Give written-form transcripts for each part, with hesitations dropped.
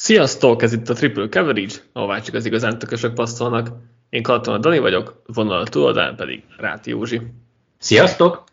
Sziasztok, ez itt a Triple Coverage, ahová csak az igazán tökösök passzolnak. Én Katona Dani vagyok, vonal túloldalán pedig Ráti Józsi. Sziasztok!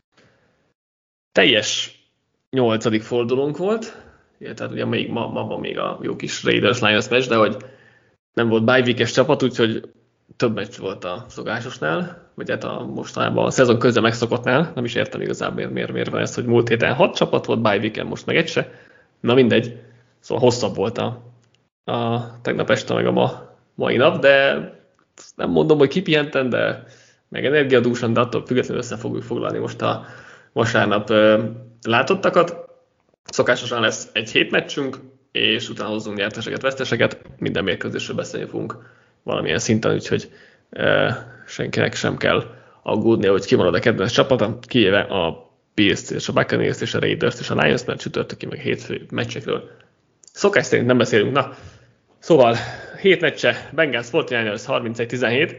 Teljes 8. fordulónk volt, tehát ugye ma van még a jó kis Raiders-Lions meccs, de hogy nem volt bye week-es csapat, úgyhogy több meccs volt a szokásosnál, vagy hát a mostanában a szezon közben megszokottnál, nem is értem igazából miért van ez, hogy múlt héten 6 csapat volt bye week-en, most meg egy se. Na mindegy, szóval hosszabb volt a tegnap este meg a mai nap, de nem mondom, hogy kipihenten, de meg energiadúsan, de attól függetlenül össze fogjuk foglalni most a vasárnap látottakat. Szokásosan lesz egy hétmeccsünk, és utána hozzunk nyerteseket, veszteseket, minden mérkőzésről beszélni fogunk valamilyen szinten, úgyhogy senkinek sem kell aggódnia, hogy kimarad a kedvenc csapata, kivéve a Bills-t és a Buccaneers-t és a Raiders-t és a Lions, mert csütörtöki meg hétfő meccsekről szokás szerint nem beszélünk. Na, szóval 7 meccse, Bengals 49ers 31-17.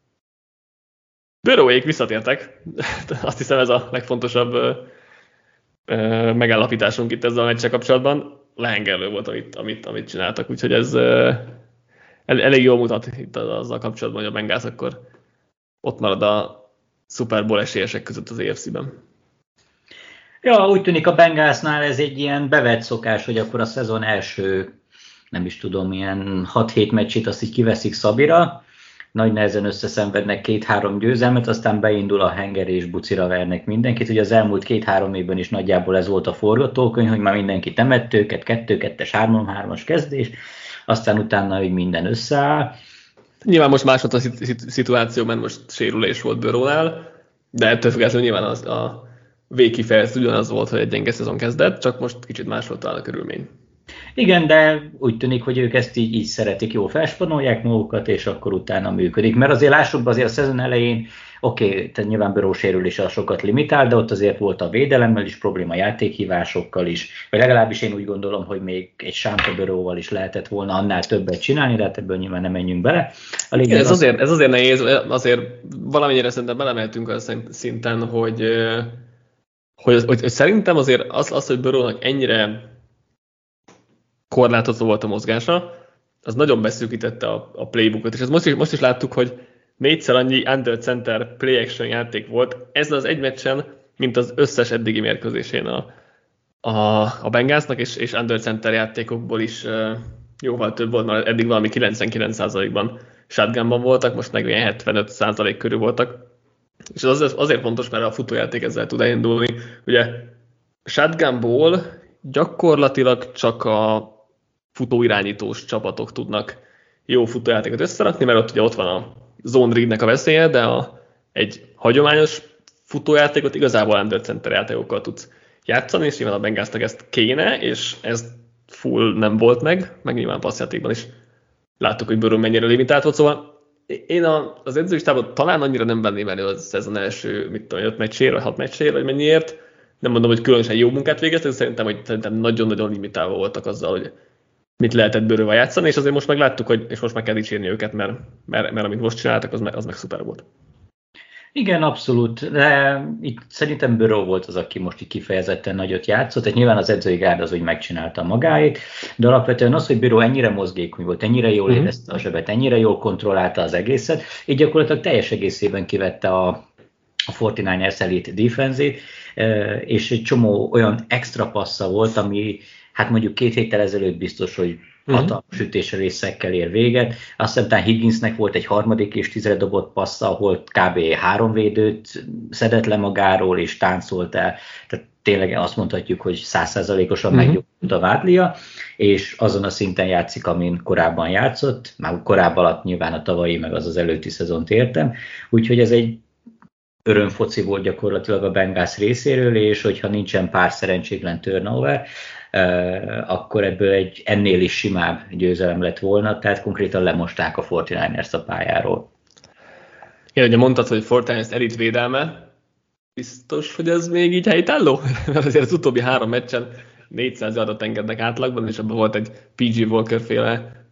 Burrowék visszatértek. Azt hiszem ez a legfontosabb megállapításunk itt ezzel a meccsel kapcsolatban. Lehengerlő volt, amit csináltak, úgyhogy ez elég jól mutat itt azzal kapcsolatban, hogy a Bengals akkor ott marad a Super Bowl esélyesek között az AFC-ben. Ja, úgy tűnik a Bengalsnál ez egy ilyen bevett szokás, hogy akkor a szezon első, nem is tudom, ilyen 6-7 meccsét azt így kiveszik szabira, nagy nehezen összeszenvednek 2-3 győzelmet, aztán beindul a henger és bucira vernek mindenkit. Ugye az elmúlt 2-3 évben is nagyjából ez volt a forgatókönyv, hogy már mindenki temett őket, 2-2-es, 3-3-as kezdés, aztán utána, hogy minden összeáll. Nyilván most más volt a szituáció, mert most sérülés volt Burrownál, de ettől függetlenül nyilván a végkifejezet ugyanaz volt, hogy egy gyenge szezon kezdett, csak most kicsit más volt a körülmény. Igen, de úgy tűnik, hogy ők ezt így szeretik, jól felspanolják magukat, és akkor utána működik. Mert azért lássuk be, azért a szezon elején, tehát nyilván Burrow sérülése sokat limitál, de ott azért volt a védelemmel is probléma, játékhívásokkal is, vagy legalábbis én úgy gondolom, hogy még egy Sánta Burrowval is lehetett volna annál többet csinálni, de hát ebből nyilván nem menjünk bele. Igen, ez azért nehéz, azért valamennyire szerintem belemeltünk a szinten, hogy szerintem azért az, hogy Burrownak ennyire korlátozó volt a mozgása, az nagyon beszűkítette a playbookot, és ezt most is láttuk, hogy 4-szer annyi under center play action játék volt ezen az egy meccsen, mint az összes eddigi mérkőzésén a Bengalsnak, és under center játékokból is jóval több volt, mert eddig valami 99%-ban shotgunban voltak, most meg olyan 75% körül voltak. És ez azért fontos, mert a futójáték ezzel tud elindulni. Ugye shotgunból gyakorlatilag csak a futóirányítós csapatok tudnak jó futójátékot összerakni, mert ott van a zone readnek a veszélye, de egy hagyományos futójátékot igazából under center játékokkal tudsz játszani, és nyilván a Bengalsnak ezt kéne, és ez full nem volt meg nyilván passzjátékban is láttuk, hogy Burrow mennyire limitált volt, szóval én az edzőistában talán annyira nem venném elő a szezon első, 5 meccsére, vagy 6 meccsére, vagy mennyiért. Nem mondom, hogy különösen jó munkát végeztek, szerintem nagyon-nagyon limitálva voltak azzal, hogy mit lehetett Burrowval játszani, és azért most meg láttuk, és most meg kell dicsérni őket, mert amit most csináltak, az meg szuper volt. Igen, abszolút, de itt szerintem Burrow volt az, aki most így kifejezetten nagyot játszott, tehát nyilván az edzői gárda az, hogy megcsinálta magáit, de alapvetően az, hogy Burrow ennyire mozgékony volt, ennyire jól érezte a zsebet, ennyire jól kontrollálta az egészet, így gyakorlatilag teljes egészében kivette a 49ers elite defense-ét, és egy csomó olyan extra passza volt, ami hát mondjuk 2 héttel ezelőtt biztos, hogy hatalmas ütésre részekkel ér véget. Azt hiszem, talán Higginsnek volt egy 3. és 10-re dobott passza, ahol kb. 3 védőt szedett le magáról és táncolt el. Tehát tényleg azt mondhatjuk, hogy 100%-osan meggyógyult a vádlia, és azon a szinten játszik, amin korábban játszott. Már korábban alatt nyilván a tavalyi, meg az előtti szezont értem. Úgyhogy ez egy örömfoci volt gyakorlatilag a Bengals részéről, és hogyha nincsen pár szerencsétlen turnover, akkor ebből egy ennél is simább győzelem lett volna, tehát konkrétan lemosták a 49ers a pályáról. Igen, ugye mondtad, hogy 49ers elit védelme, biztos, hogy ez még így helytálló? Mert azért az utóbbi 3 meccsen 400 yardot engednek átlagban, és abban volt egy PG Walker féle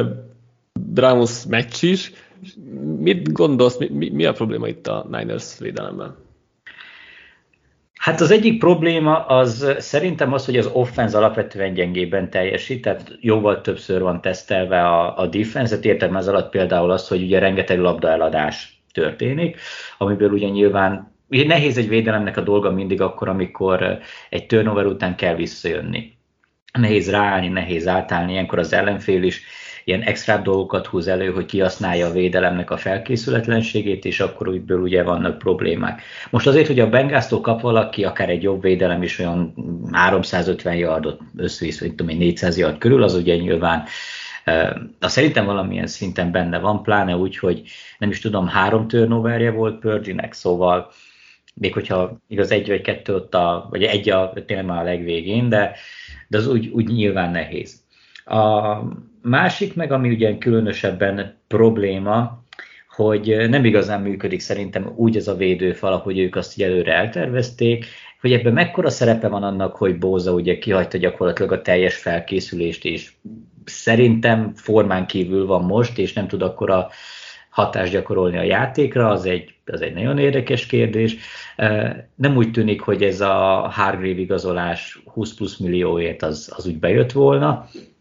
Browns meccs is. Mit gondolsz, mi a probléma itt a Niners védelemben? Hát az egyik probléma az szerintem az, hogy az offense alapvetően gyengében teljesít, tehát jóval többször van tesztelve a defense-et, értem ez alatt például azt, hogy ugye rengeteg labdaeladás történik, amiből ugye nyilván ugye nehéz egy védelemnek a dolga mindig akkor, amikor egy turnover után kell visszajönni. Nehéz ráállni, nehéz átállni, ilyenkor az ellenfél is ilyen extra dolgokat húz elő, hogy kihasználja a védelemnek a felkészületlenségét, és akkor úgyből ugye vannak problémák. Most azért, hogy a Bengalstól kap valaki, akár egy jobb védelem is olyan 350 yardot összvisz, vagy tudom én 400 yard körül, az ugye nyilván szerintem valamilyen szinten benne van, pláne úgy, hogy nem is tudom, 3 turnoverje volt Purdy-nek, szóval még hogyha igaz egy vagy kettő ott vagy egy tényleg már a legvégén, de az úgy nyilván nehéz. A másik meg, ami ugye különösebben probléma, hogy nem igazán működik szerintem úgy ez a védőfal, ahogy ők azt előre eltervezték, hogy ebben mekkora szerepe van annak, hogy Bosa ugye kihagyta gyakorlatilag a teljes felkészülést, és szerintem formán kívül van most, és nem tud akkora hatást gyakorolni a játékra, az egy nagyon érdekes kérdés. Nem úgy tűnik, hogy ez a Hargrave igazolás 20 plusz millióért az úgy bejött volna.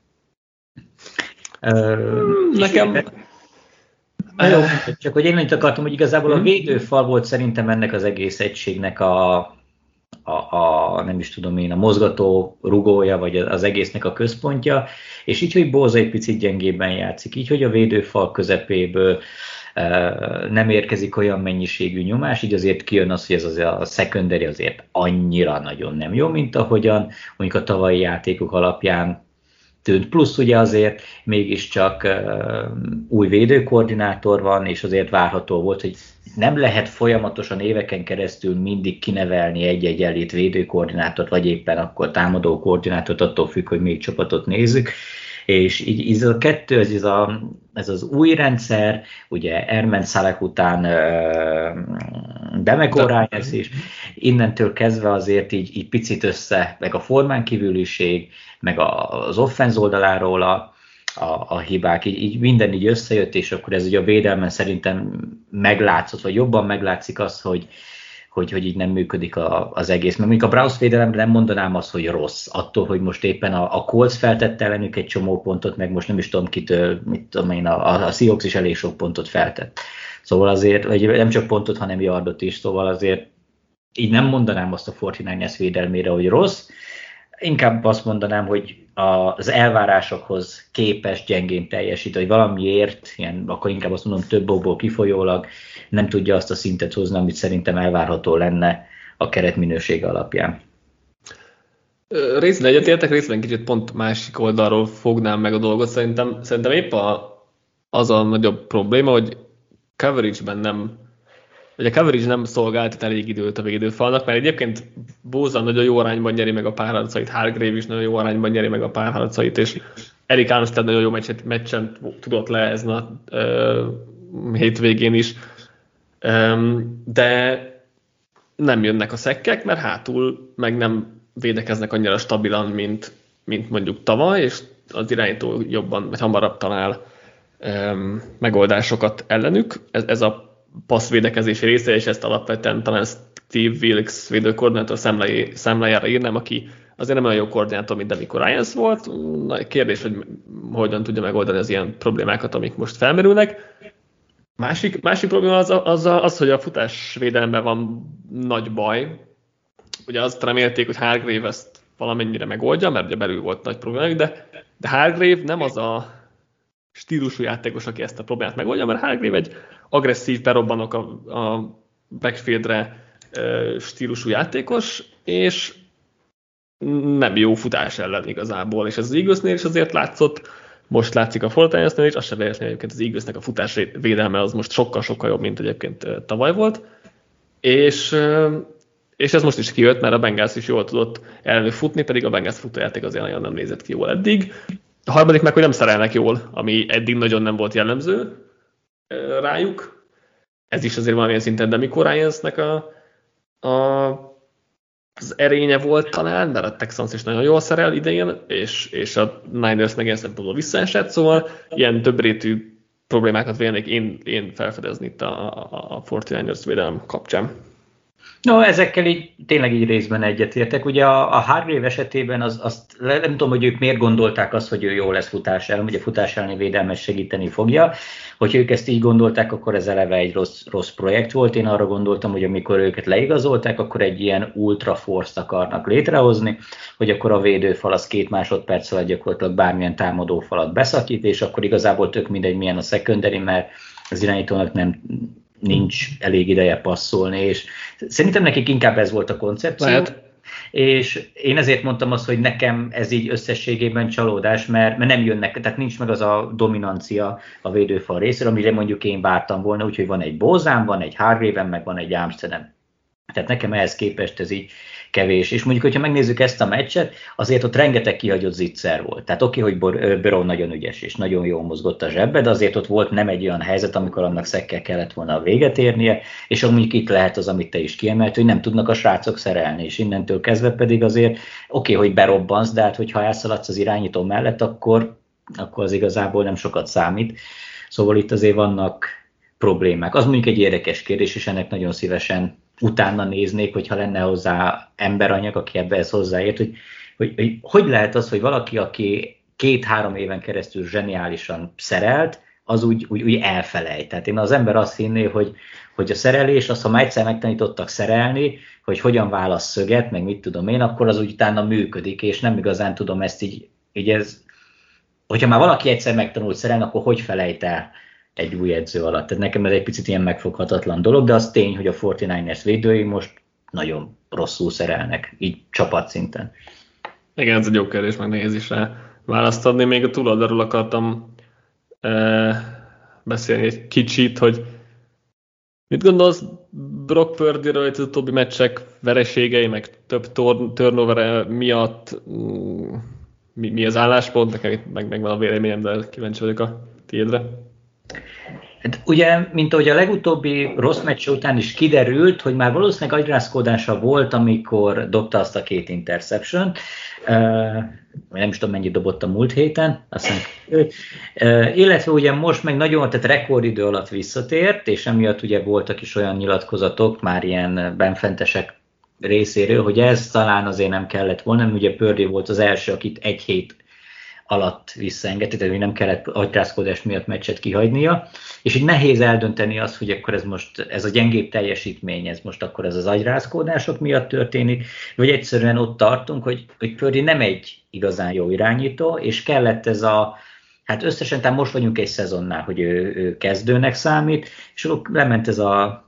Nekem... Jó, csak hogy én annyit akartam, hogy igazából a védőfal volt szerintem ennek az egész egységnek a nem is tudom én, a mozgató rugója, vagy az egésznek a központja, és így, hogy Bosa egy picit gyengébben játszik, így, hogy a védőfal közepéből nem érkezik olyan mennyiségű nyomás, így azért kijön az, hogy ez a secondary azért annyira nagyon nem jó, mint ahogyan mondjuk a tavalyi játékok alapján tűnt. Plusz ugye azért mégiscsak új védőkoordinátor van, és azért várható volt, hogy nem lehet folyamatosan éveken keresztül mindig kinevelni egy-egy elit védőkoordinátort, vagy éppen akkor támadó koordinátort, attól függ, hogy még csapatot nézzük. És így ez a kettő, ez az új rendszer, ugye Ermen Saleh után Demeco Ryans is, innentől kezdve azért így picit össze, meg a formán kívüliség, meg az offense oldaláról a hibák, így minden így összejött, és akkor ez ugye a védelmen szerintem meglátszott, vagy jobban meglátszik az, hogy így nem működik az egész. Mert mondjuk a Browns védelemre nem mondanám azt, hogy rossz, attól, hogy most éppen a Colts feltette ellenük egy csomó pontot, meg most nem is tudom kitől, mit tudom én, a Seahawks is elég sok pontot feltett. Szóval azért, vagy nem csak pontot, hanem yardot is, szóval azért így nem mondanám azt a 49ers védelmére, hogy rossz, inkább azt mondanám, hogy az elvárásokhoz képes gyengén teljesít, hogy valamiért, akkor inkább azt mondom több okból kifolyólag nem tudja azt a szintet hozni, amit szerintem elvárható lenne a keretminősége alapján. Részben egyetértek, részben kicsit pont másik oldalról fognám meg a dolgot. Szerintem épp az a nagyobb probléma, hogy coverage-ben a coverage nem szolgáltat elég időt a védőfalnak, mert egyébként Bosa nagyon jó arányban nyeri meg a párharcait, Hargrave is nagyon jó arányban nyeri meg a párharcait, és Eric Armstead nagyon jó meccsen tudott le ezen a hétvégén is. De nem jönnek a szekkek, mert hátul meg nem védekeznek annyira stabilan, mint mondjuk tavaly, és az irányító jobban vagy hamarabb talál megoldásokat ellenük. Ez a passzvédekezési része, és ezt alapvetően talán Steve Wilkes védőkoordinátor számlájára írnám, aki azért nem olyan jó koordinátor, mint Demeco Ryans volt. Kérdés, hogy hogyan tudja megoldani az ilyen problémákat, amik most felmerülnek. Másik probléma az, hogy a futásvédelemben van nagy baj. Ugye azt remélték, hogy Hargrave ezt valamennyire megoldja, mert ugye belül volt nagy problémák, de Hargrave nem az a stílusú játékos, aki ezt a problémát megoldja, mert Hargrave egy agresszív, berobbanok a backfieldre stílusú játékos, és nem jó futás ellen igazából, és ez az Eaglesnél is azért látszott, most látszik a 49ersnél is, azt sem véletlenül egyébként az Eaglesnek a futásvédelme az most sokkal-sokkal jobb, mint egyébként tavaly volt, és ez most is kijött, mert a Bengals is jól tudott ellenük futni, pedig a Bengals futójáték azért nagyon nem nézett ki jól eddig. A harmadik meg, hogy nem szerelnek jól, ami eddig nagyon nem volt jellemző rájuk. Ez is azért valamilyen szinten Demeco Ryansnek az erénye volt talán, mert a Texans is nagyon jól szerel idején, és a Niners meg ilyen szempontból visszaesett, szóval ilyen többrétű problémákat vélnék én felfedezni itt a 49ers védelem kapcsán. No, ezekkel így tényleg így részben egyetértek. Ugye a Hargrave esetében azt nem tudom, hogy ők miért gondolták azt, hogy ő jó lesz futás ellen, ugye futás elleni védelmet segíteni fogja. Hogyha ők ezt így gondolták, akkor ez eleve egy rossz projekt volt. Én arra gondoltam, hogy amikor őket leigazolták, akkor egy ilyen ultra force-t akarnak létrehozni, hogy akkor a védőfal az 2 másodperc alatt gyakorlatilag bármilyen támadó falat beszakít, és akkor igazából tök mindegy milyen a secondary, mert az irányítónak nincs elég ideje passzolni, és szerintem nekik inkább ez volt a koncepció. Lehet. És én ezért mondtam azt, hogy nekem ez így összességében csalódás, mert nem jönnek, tehát nincs meg az a dominancia a védőfal részéről, amire mondjuk én vártam volna, úgyhogy van egy Bozán, van egy Hargrave-en, meg van egy Armstead-en. Tehát nekem ehhez képest ez így kevés. És mondjuk, hogyha megnézzük ezt a meccset, azért ott rengeteg kihagyott zicser volt. Tehát oké, hogy Burrow nagyon ügyes és nagyon jól mozgott a zsebbe, de azért ott volt nem egy olyan helyzet, amikor annak szekkel kellett volna a véget érnie, és mondjuk itt lehet az, amit te is kiemelt, hogy nem tudnak a srácok szerelni, és innentől kezdve pedig azért oké, hogy berobbansz, de hát hogyha elszaladsz az irányító mellett, akkor az igazából nem sokat számít. Szóval itt azért vannak problémák. Az mondjuk egy érdekes kérdés, és ennek nagyon szívesen utána néznék, hogyha lenne hozzá emberanyag, aki ebbehez hozzáért, hogy lehet az, hogy valaki, aki 2-3 éven keresztül zseniálisan szerelt, az úgy elfelejt. Tehát én az ember azt hinné, hogy a szerelés, az, ha már egyszer megtanítottak szerelni, hogy hogyan válasz szöget, meg mit tudom én, akkor az úgy utána működik, és nem igazán tudom ezt így ez, hogyha már valaki egyszer megtanult szerelni, akkor hogy felejt el egy új edző alatt. Tehát nekem ez egy picit ilyen megfoghatatlan dolog, de az tény, hogy a 49ers védői most nagyon rosszul szerelnek, így csapatszinten. Igen, ez egy jó kérdés, meg nehéz is rá választ adni. Még a túloldalról akartam beszélni egy kicsit, hogy mit gondolsz Brock Purdyről, hogy az utóbbi meccsek vereségei, meg több turnover miatt mi az álláspont? Nekem itt megvan a véleményem, de kíváncsi vagyok a tiédre. Hát ugye, mint ahogy a legutóbbi rossz meccs után is kiderült, hogy már valószínűleg agyrázkódása volt, amikor dobta azt a 2 interception-t, nem is tudom, mennyit dobott a múlt héten, illetve ugye most meg nagyon, tehát rekordidő alatt visszatért, és emiatt ugye voltak is olyan nyilatkozatok, már ilyen benfentesek részéről, hogy ez talán azért nem kellett volna, mert ugye Purdy volt az első, akit 1 hét alatt visszaengedte, tehát nem kellett agyrázkodás miatt meccset kihagynia, és így nehéz eldönteni azt, hogy akkor ez a gyengébb teljesítmény, ez most akkor ez az agyrázkodások miatt történik, vagy egyszerűen ott tartunk, hogy Purdy nem egy igazán jó irányító, és kellett ez hát összesen tehát most vagyunk egy szezonnál, hogy ő kezdőnek számít, és akkor lement ez a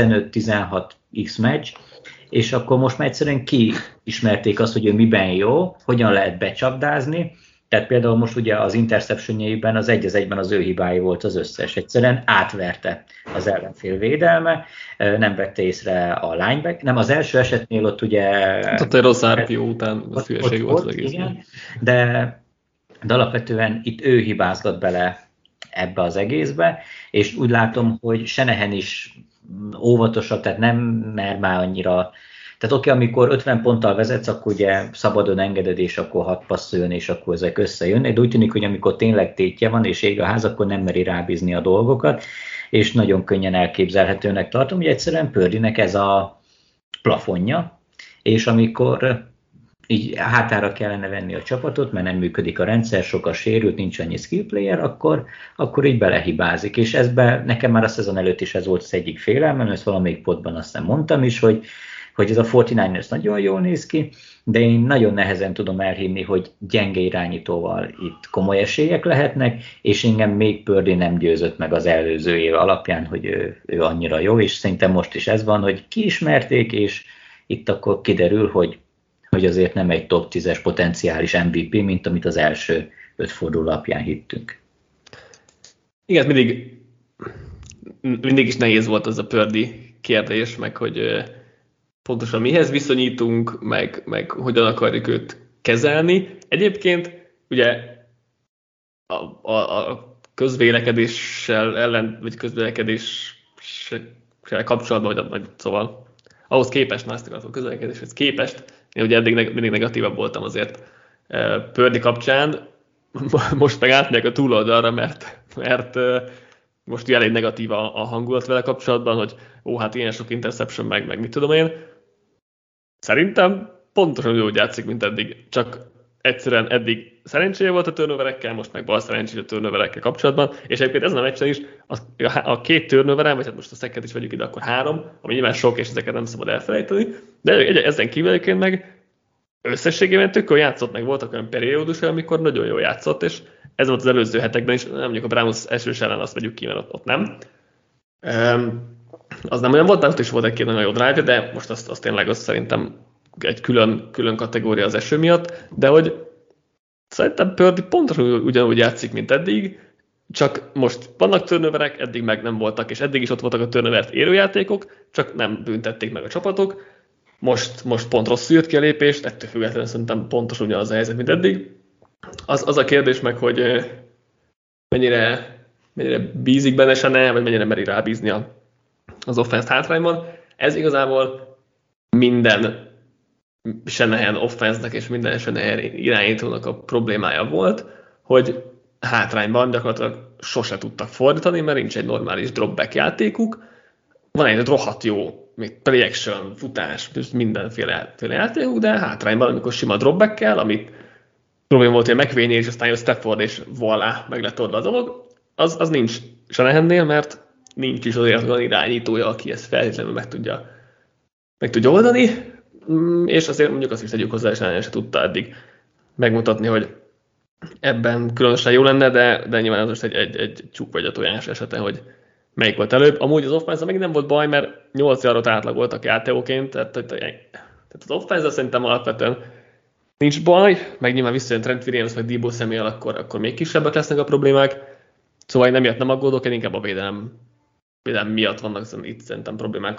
15-16 X meccs, és akkor most már egyszerűen kiismerték azt, hogy ő miben jó, hogyan lehet becsapdázni. Tehát például most ugye az interceptionjeiben az 1-1-ben az ő hibái volt az összes. Egyszerűen átverte az ellenfél védelme, nem vette észre a lineback. Nem, az első esetnél ott ugye... Ott egy rossz RPO után az hülyeség volt az egész. Igen, de alapvetően itt ő hibázgat bele ebbe az egészbe, és úgy látom, hogy Shanahan is óvatosabb, tehát nem mer már annyira... Tehát oké, amikor 50 ponttal vezetsz, akkor ugye szabadon engeded, és akkor 6 passzoljon, és akkor ezek összejönnek, de úgy tűnik, hogy amikor tényleg tétje van, és ég a ház, akkor nem meri rábízni a dolgokat, és nagyon könnyen elképzelhetőnek tartom, hogy egyszerűen Purdynek ez a plafonja, és amikor így hátára kellene venni a csapatot, mert nem működik a rendszer, sok a sérült, nincs annyi skill player, akkor így belehibázik. És nekem már a szezon előtt is ez volt az egyik félelmem, ezt valamelyik pontban azt nem mondtam is, hogy ez a 49ers nagyon jól néz ki, de én nagyon nehezen tudom elhinni, hogy gyenge irányítóval itt komoly esélyek lehetnek, és engem még Purdy nem győzött meg az előző év alapján, hogy ő annyira jó, és szerintem most is ez van, hogy kiismerték, és itt akkor kiderül, hogy azért nem egy top 10-es potenciális MVP, mint amit az első 5 forduló alapján hittünk. Igen, mindig is nehéz volt az a Purdy kérdés, meg hogy pontosan mihez viszonyítunk, meg hogyan akarjuk őt kezelni. Egyébként ugye a közvélekedéssel vagy közvélekedéssel kapcsolatban, vagy szóval ahhoz képest, a közvélekedéshez képest, én ugye eddig mindig negatívabb voltam azért Purdy kapcsán, most meg átmegyek a túloldalra, mert most elég negatív a hangulat vele kapcsolatban, hogy hát ilyen sok interception meg mit tudom én. Szerintem pontosan úgy játszik, mint eddig, csak egyszerűen eddig szerencséje volt a turnoverekkel, most meg bal szerencsés a turnoverekkel kapcsolatban, és egyébként ezen a meccsen is a 2 turnoveren, vagy hát most a szeket is vegyük ide, akkor 3, ami nyilván sok, és ezeket nem szabad elfelejteni, de ezen kívül egyébként meg összességében tök jól játszott, meg voltak olyan periódusok, amikor nagyon jól játszott, és ez volt az előző hetekben is, nem mondjuk a Browns esős ellen azt vegyük ki, mert ott nem. Az nem olyan volt, de ott is volt egy-két nagyon jó drive, de most azt tényleg szerintem egy külön kategória az eső miatt, de hogy szerintem Purdy pontosan ugyanúgy játszik, mint eddig, csak most vannak turnoverek, eddig meg nem voltak, és eddig is ott voltak a turnovert érő játékok, csak nem büntették meg a csapatok. Most pont rosszul jött ki a lépést, ettől függetlenül szerintem pontosan ugyanaz a helyzet, mint eddig. Az a kérdés meg, hogy mennyire bízik benne Shanahan, vagy mennyire meri rábízni az offense hátrányban. Ez igazából minden Shanahan offense-nek és minden Shanahan irányítónak a problémája volt, hogy hátrányban gyakorlatilag sose tudtak fordítani, mert nincs egy normális dropback játékuk. Van egy rohadt jó play action, futás, mindenféle játékuk, de hátrányban, amikor sima dropback-kel, amit probléma volt, hogy McVay-nél, és aztán jött Stafford, és voilà, meg lett oldva a dolog, az nincs Shanahannél, mert nincs is azért olyan irányítója, aki ezt feltétlenül meg tudja oldani, és azért mondjuk azt is tegyük hozzá, és Shanahan se tudta eddig megmutatni, hogy ebben különösen jó lenne, de nyilván az most egy csuk vagy a tojás esete, hogy melyik volt előbb. Amúgy az offense még nem volt baj, mert 8 yardot átlagoltak játékóként, tehát az offense szerintem alapvetően nincs baj, meg nyilván visszajön Trent Williams vagy Deebo Samuel, akkor még kisebbek lesznek a problémák. Szóval én emiatt nem aggódok, én inkább a védelem miatt vannak itt szerintem problémák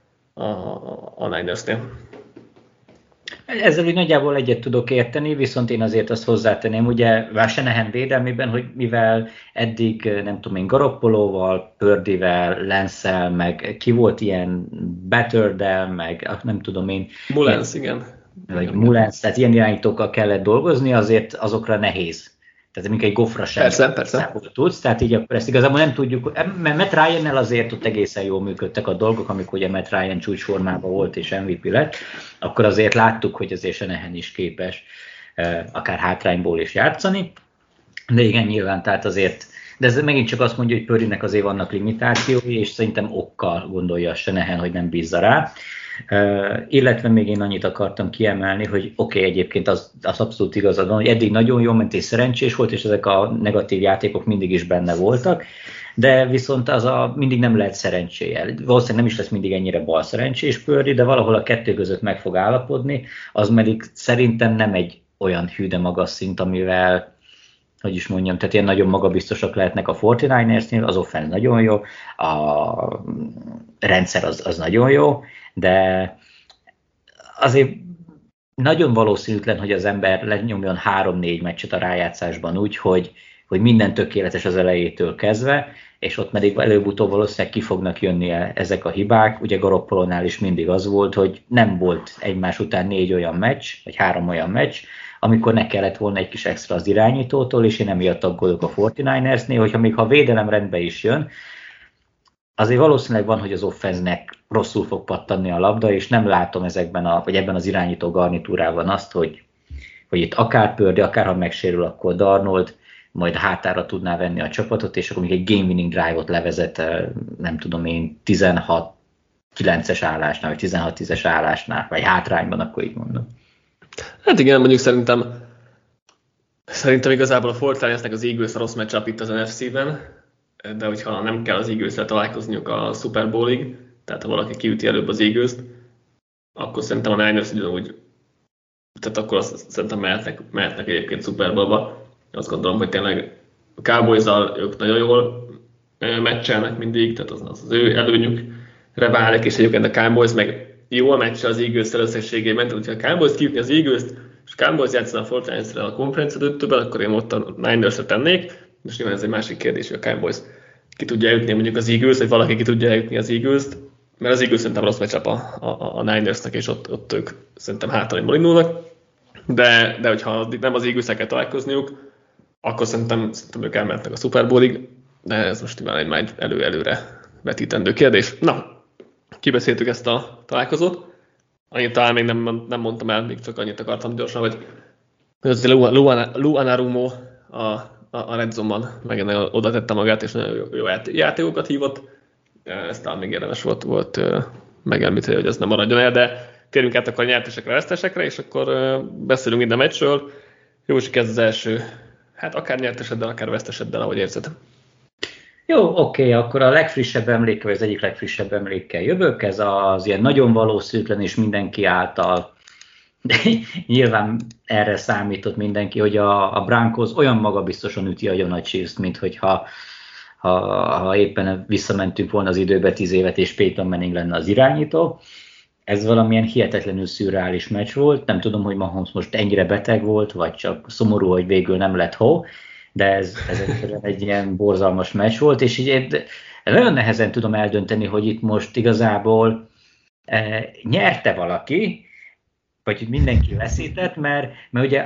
a Ninersnél. Ezzel úgy nagyjából egyet tudok érteni, viszont én azért azt hozzátenném, ugye Shanahan védelmében, hogy mivel eddig, nem tudom én, Garoppolóval, Purdyvel, Lance-el, meg ki volt ilyen Betterdel, meg nem tudom én. Mullens, igen. Vagy Mullens, tehát ilyen irányítókkal kellett dolgozni, azért azokra nehéz. Tehát mint egy Goffra sem persze. Tudsz, tehát így akkor ezt igazából nem tudjuk, mert Matt Ryannel azért ott egészen jól működtek a dolgok, amikor ugye Matt Ryan csúcsformában volt és MVP lett, akkor azért láttuk, hogy azért Shanahan is képes akár hátrányból is játszani, de igen, nyilván, tehát azért, de ez megint csak azt mondja, hogy Purdynek azért vannak limitációi, és szerintem okkal gondolja Shanahan, hogy nem bízza rá. Illetve még én annyit akartam kiemelni, hogy oké, egyébként az abszolút igazad van, hogy eddig nagyon jól ment és szerencsés volt, és ezek a negatív játékok mindig is benne voltak, de viszont mindig nem lehet szerencséje. Valószínűleg nem is lesz mindig ennyire bal szerencsés Purdy, de valahol a kettő között meg fog állapodni, az pedig szerintem nem egy olyan hű de magas szint, amivel, hogy is mondjam, tehát ilyen nagyon magabiztosak lehetnek a 49ersnél, az offense nagyon jó, a rendszer az nagyon jó, de azért nagyon valószínűtlen, hogy az ember lenyomjon 3-4 meccset a rájátszásban úgy, hogy minden tökéletes az elejétől kezdve, és ott pedig előbb-utóbb valószínűleg ki fognak jönni ezek a hibák. Ugye Garoppolónál is mindig az volt, hogy nem volt egymás után 4 olyan meccs, vagy 3 olyan meccs, amikor ne kellett volna egy kis extra az irányítótól, és én emiatt aggódok a 49ersnél, hogyha még ha a védelem rendbe is jön, azért valószínűleg van, hogy az offense-nek rosszul fog pattanni a labda, és nem látom ebben az irányító garnitúrában azt, hogy itt akár Purdy, akár ha megsérül, akkor Darnold majd hátára tudná venni a csapatot, és akkor még egy game-winning drive-ot levezet, nem tudom én, 16-9-es állásnál, vagy 16-10-es állásnál, vagy hátrányban, akkor így mondom. Hát igen, mondjuk szerintem igazából a 49ersnek az Eagles a rossz matchup itt az NFC-ben, de hogyha nem kell az Eagles-re találkozniuk a Super Bowl-ig, tehát ha valaki kiüti előbb az Eagles-t, akkor szerintem a Niners ugyanúgy, tehát akkor azt szerintem mehetnek egyébként Super Bowl-ba. Azt gondolom, hogy tényleg a Cowboys-zal ők nagyon jól meccselnek mindig, tehát az ő előnyükre válik, és egyébként a Cowboys meg jól meccsel az Eagles-szel összességében, tehát hogyha a Cowboys kiütni az Eagles-t, és a Cowboys játszana a 49ersre a konferencia döntőben, akkor én ott a Niners-re tennék. Most nyilván ez egy másik kérdés, hogy a Cowboys ki tudja elütni mondjuk az Eagles, vagy valaki ki tudja elütni az Eagles-t, mert az Eagles szerintem rossz matchup a Ninersnek, és ott ők szerintem hátrányból indulnak. De hogyha nem az Eagles-el kell találkozniuk, akkor szerintem ők elmehetnek a Super Bowl-ig. de ez most már egy majd előre vetítendő kérdés. Na, kibeszéltük ezt a találkozót. Annyit talán még nem mondtam el, még csak annyit akartam gyorsan, hogy az Lou Anarumo a Red Zone-ban meg oda tette magát, és nagyon jó játékokat hívott. Ez talán még érdemes volt megemlíteni, hogy ez nem maradjon el, de térjünk át akkor a nyertesekre, vesztesekre, és akkor beszélünk minden meccsről. Józsi kezd az első, hát akár nyerteseddel, akár veszteseddel, ahogy érzed. Jó, oké, akkor a legfrissebb emléke, vagy az egyik legfrissebb emlékkel jövök, ez az ilyen nagyon valószínűtlen és mindenki által, de nyilván erre számított mindenki, hogy a Broncos olyan magabiztosan üti agyon a Chiefs-t, mint hogyha éppen visszamentünk volna az időbe 10 évet, és Peyton Manning lenne az irányító. Ez valamilyen hihetetlenül szürreális meccs volt, nem tudom, hogy Mahomes most ennyire beteg volt, vagy csak szomorú, hogy végül nem lett hó, de ez egy ilyen borzalmas meccs volt, és így nagyon nehezen tudom eldönteni, hogy itt most igazából nyerte valaki, vagy hogy mindenki veszített, mert ugye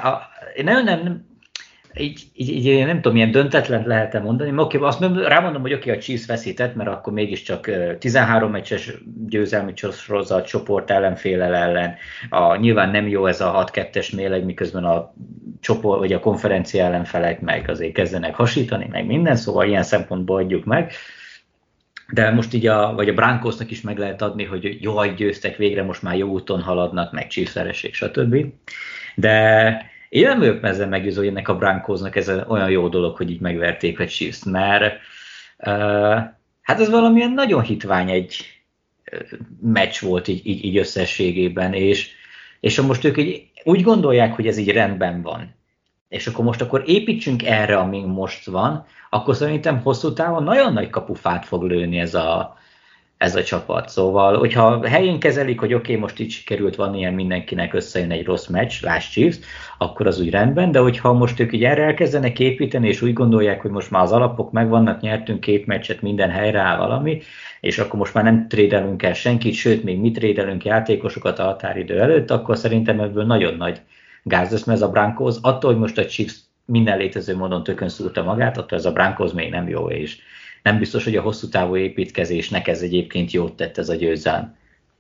így nem tudom, ilyen döntetlen lehet-e mondani, oké, azt rámondom, hogy oké, a Chiefs veszített, mert akkor mégiscsak 13 meccses győzelmi sorozat csoport ellenfélel ellen. Nyilván nem jó ez a 6-2-es méleg, miközben a csoport vagy a konferencia ellenfelek meg azért kezdenek hasítani, meg minden, szóval ilyen szempontból adjuk meg. De most így a Broncosnak is meg lehet adni, hogy jól győztek végre, most már jó úton haladnak, meg Chiefs-ereség, stb. De én nem vagyok ezzel meggyőző, hogy ennek a Broncosnak ez olyan jó dolog, hogy így megverték a Chiefs-t, mert hát ez valamilyen nagyon hitvány egy meccs volt így összességében, és ha most ők így úgy gondolják, hogy ez így rendben van, és akkor építsünk erre, ami most van, akkor szerintem hosszú távon nagyon nagy kapufát fog lőni ez a csapat. Szóval, hogyha helyén kezelik, hogy oké, most így sikerült, van ilyen, mindenkinek összejön egy rossz meccs, lásd Chiefs, akkor az úgy rendben, de hogyha most ők így erre elkezdenek építeni, és úgy gondolják, hogy most már az alapok megvannak, nyertünk 2 meccset, minden helyre áll valami, és akkor most már nem trédelünk el senkit, sőt, még mi trédelünk játékosokat a határidő előtt, akkor szerintem ebből nagyon nagy gáz lesz, mert ez a Broncos, attól, hogy most a Chiefs minden létező módon tökön szúrta magát, attól ez a Broncos még nem jó, és nem biztos, hogy a hosszú távú építkezésnek ez egyébként jót tett ez a győzelem.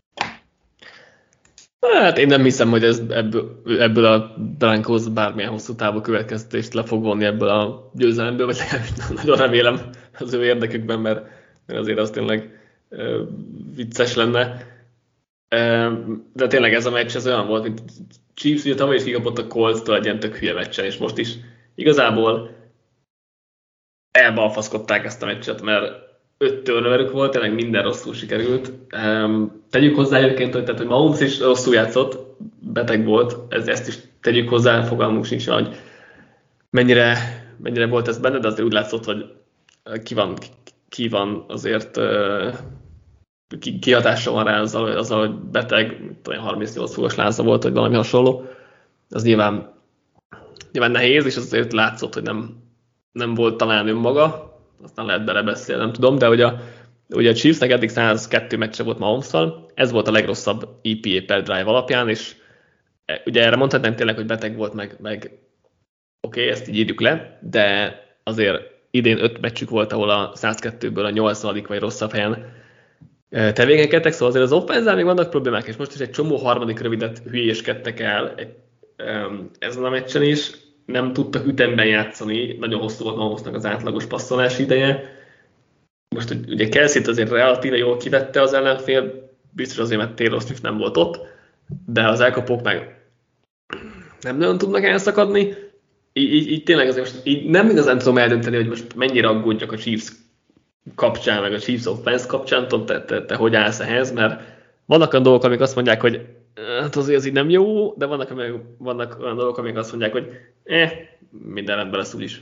Hát én nem hiszem, hogy ez ebből a Broncos bármilyen hosszú távú következtetést le fog vonni ebből a győzelemből, vagy nagyon remélem az ő érdekükben, mert azért az tényleg vicces lenne. De tényleg ez a meccs ez olyan volt, mint Chiefs ugye tavaly is kikapott a Colts-től egy ilyen tök hülye meccsen, és most is igazából elbalfaszkodták ezt a meccset, mert 5 turnoverük volt, tényleg minden rosszul sikerült. Tegyük hozzá egyébként, hogy Mahomes is rosszul játszott, beteg volt, ezt is tegyük hozzá, fogalmunk sincs, hogy mennyire volt ez benne, de azért úgy látszott, hogy ki van azért kihatása van rá azzal, hogy beteg, 38 fokos láza volt, vagy valami hasonló. Az nyilván nehéz, és azért látszott, hogy nem volt talán önmaga, aztán lehet belebeszélni, nem tudom, de ugye a Chiefsnek eddig 102 meccse volt Mahomes-szal, ez volt a legrosszabb EPA per drive alapján, és ugye erre mondhatnánk tényleg, hogy beteg volt, meg oké, ezt így írjuk le, de azért idén 5 meccsük volt, ahol a 102-ből a 80. vagy rosszabb helyen tevékenykedtek, szóval azért az offense-el még vannak problémák, és most is egy csomó harmadik rövidet hülyéskedtek el ezen a meccsen is, nem tudtak ütemben játszani, nagyon hosszú volt Mahomesnak az átlagos passzolási ideje. Most ugye Kelsey-t azért relatíve jól kivette az ellenfél, biztos azért, mert Taylor Swift nem volt ott, de az elkapók meg nem nagyon tudnak elszakadni. Így tényleg azért most így nem igazán tudom eldönteni, hogy most mennyire aggódjak a Chiefs kapcsán, meg a Chiefs offense kapcsán, tudom, te hogy állsz ehhez, mert vannak olyan dolgok, amik azt mondják, hogy hát azért ez így nem jó, de vannak olyan dolgok, amik azt mondják, hogy minden rendben lesz úgyis.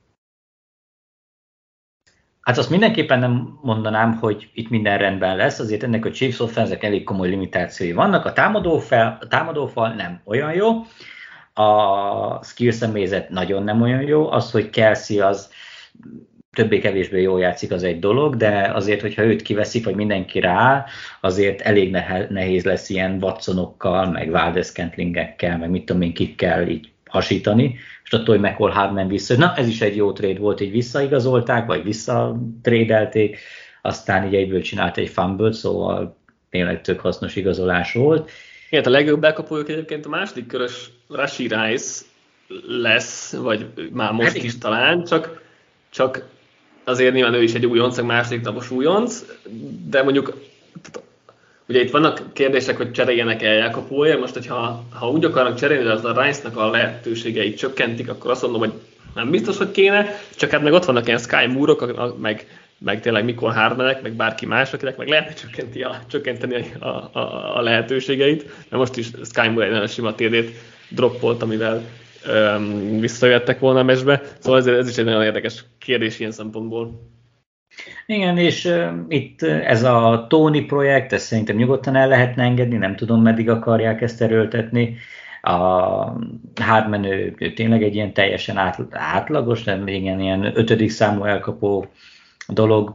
Hát azt mindenképpen nem mondanám, hogy itt minden rendben lesz, azért ennek a Chiefs offense-ek elég komoly limitációi vannak, a támadófal nem olyan jó, a skill személyzet nagyon nem olyan jó, az, hogy Kelsey az többé-kevésbé jól játszik, az egy dolog, de azért, hogyha őt kiveszik, vagy mindenki rá, azért elég nehéz lesz ilyen Watsonokkal, meg Valdez-Scantlingekkel, meg mit tudom én kikkel így hasítani, és attól, hogy McCall Hardman vissza, na ez is egy jó trade volt, így visszaigazolták, vagy visszatrédelték, aztán így egyből csinált egy fumble, szóval tényleg tök hasznos igazolás volt. Igen, a legjobb elkapójuk egyébként a második körös Rashee Rice lesz, vagy már most is talán, csak azért nyilván ő is egy újonc, egy második napos újonc, de mondjuk ugye itt vannak kérdések, hogy cseréljenek el elkapóért, most hogyha úgy akarnak cserélni, de az a Rice-nak a lehetőségeit csökkentik, akkor azt mondom, hogy nem biztos, hogy kéne, csak hát meg ott vannak ilyen Sky Moore-ok, meg tényleg Mikor Hardmanek, meg bárki más, akinek meg lehetne csökkenteni a lehetőségeit, mert most is Sky Moore egy nagyon sima TD-t droppolt, amivel visszajöttek volna a meccsbe, szóval ez is egy nagyon érdekes kérdés ilyen szempontból. Igen, és itt ez a Tony projekt, ezt szerintem nyugodtan el lehetne engedni, nem tudom, meddig akarják ezt erőltetni. A Hardman ő tényleg egy ilyen teljesen átlagos, nem ilyen 5. számú elkapó dolog.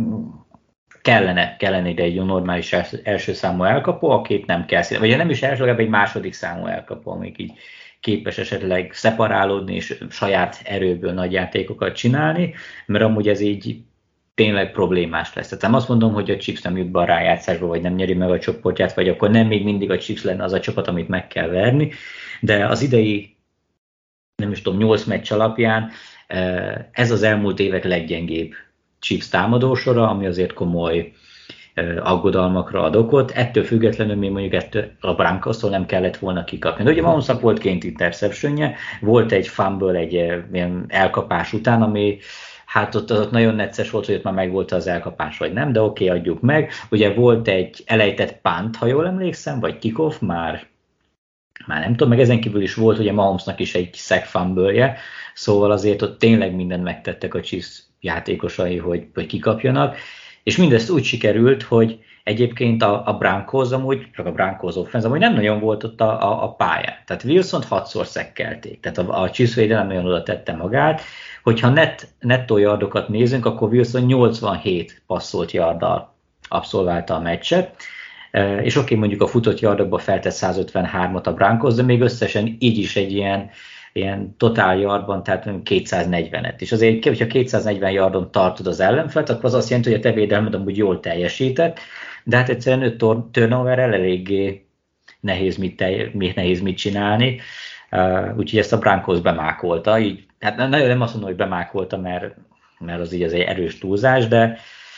Kellene ide egy normális első számú elkapó, akit nem kell színi. Vagy nem is első, legalább egy második számú elkapó, amik így képes esetleg szeparálódni és saját erőből nagy játékokat csinálni, mert amúgy ez így tényleg problémás lesz. Tehát nem azt mondom, hogy a Chiefs nem jut be a rájátszásba, vagy nem nyeri meg a csoportját, vagy akkor nem még mindig a Chiefs lenne az a csapat, amit meg kell verni, de az idei, nem is tudom, 8 meccs alapján ez az elmúlt évek leggyengébb Chiefs támadósora, ami azért komoly aggodalmakra ad okot. Ettől függetlenül még mondjuk a Broncostól nem kellett volna kikapni. De ugye Mahomesnak volt 2 interceptionje, volt egy fumble, egy ilyen elkapás után, ami hát ott nagyon necces volt, hogy ott már megvolt az elkapás, vagy nem, de oké, adjuk meg. Ugye volt egy elejtett punt, ha jól emlékszem, vagy kickoff, már nem tudom, meg ezen kívül is volt ugye Mahomesnak is egy sack fumble-je, szóval azért ott tényleg mindent megtettek a Chiefs játékosai, hogy kikapjanak, és mindezt úgy sikerült, hogy egyébként a Broncos amúgy, csak a Broncos offense amúgy nem nagyon volt ott a pályán. Tehát Wilsont 6-szor szekkelték, tehát a Chiefs védő nem nagyon oda tette magát. Hogyha nettó yardokat nézünk, akkor Wilson 87 passzolt yarddal abszolválta a meccset, és oké, mondjuk a futott yardokba feltett 153-at a Broncos, de még összesen így is egy ilyen totál yardban, tehát 240-et. És azért, hogyha 240 yardon tartod az ellenfelt, akkor az azt jelenti, hogy a te védelmed amúgy jól teljesített, de hát egyszerűen 5 turnoverrel eléggé nehéz mit csinálni, úgyhogy ezt a Broncos bemákolta. Így, hát nagyon nem azt mondom, hogy bemákolta, mert az így az egy erős túlzás, de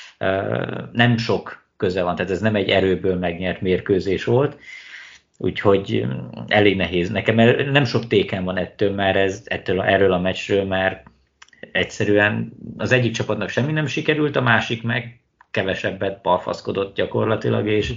nem sok köze van, tehát ez nem egy erőből megnyert mérkőzés volt, úgyhogy elég nehéz nekem, mert nem sok téken van erről a meccsről, mert egyszerűen az egyik csapatnak semmi nem sikerült, a másik meg kevesebbet parfaszkodott gyakorlatilag, és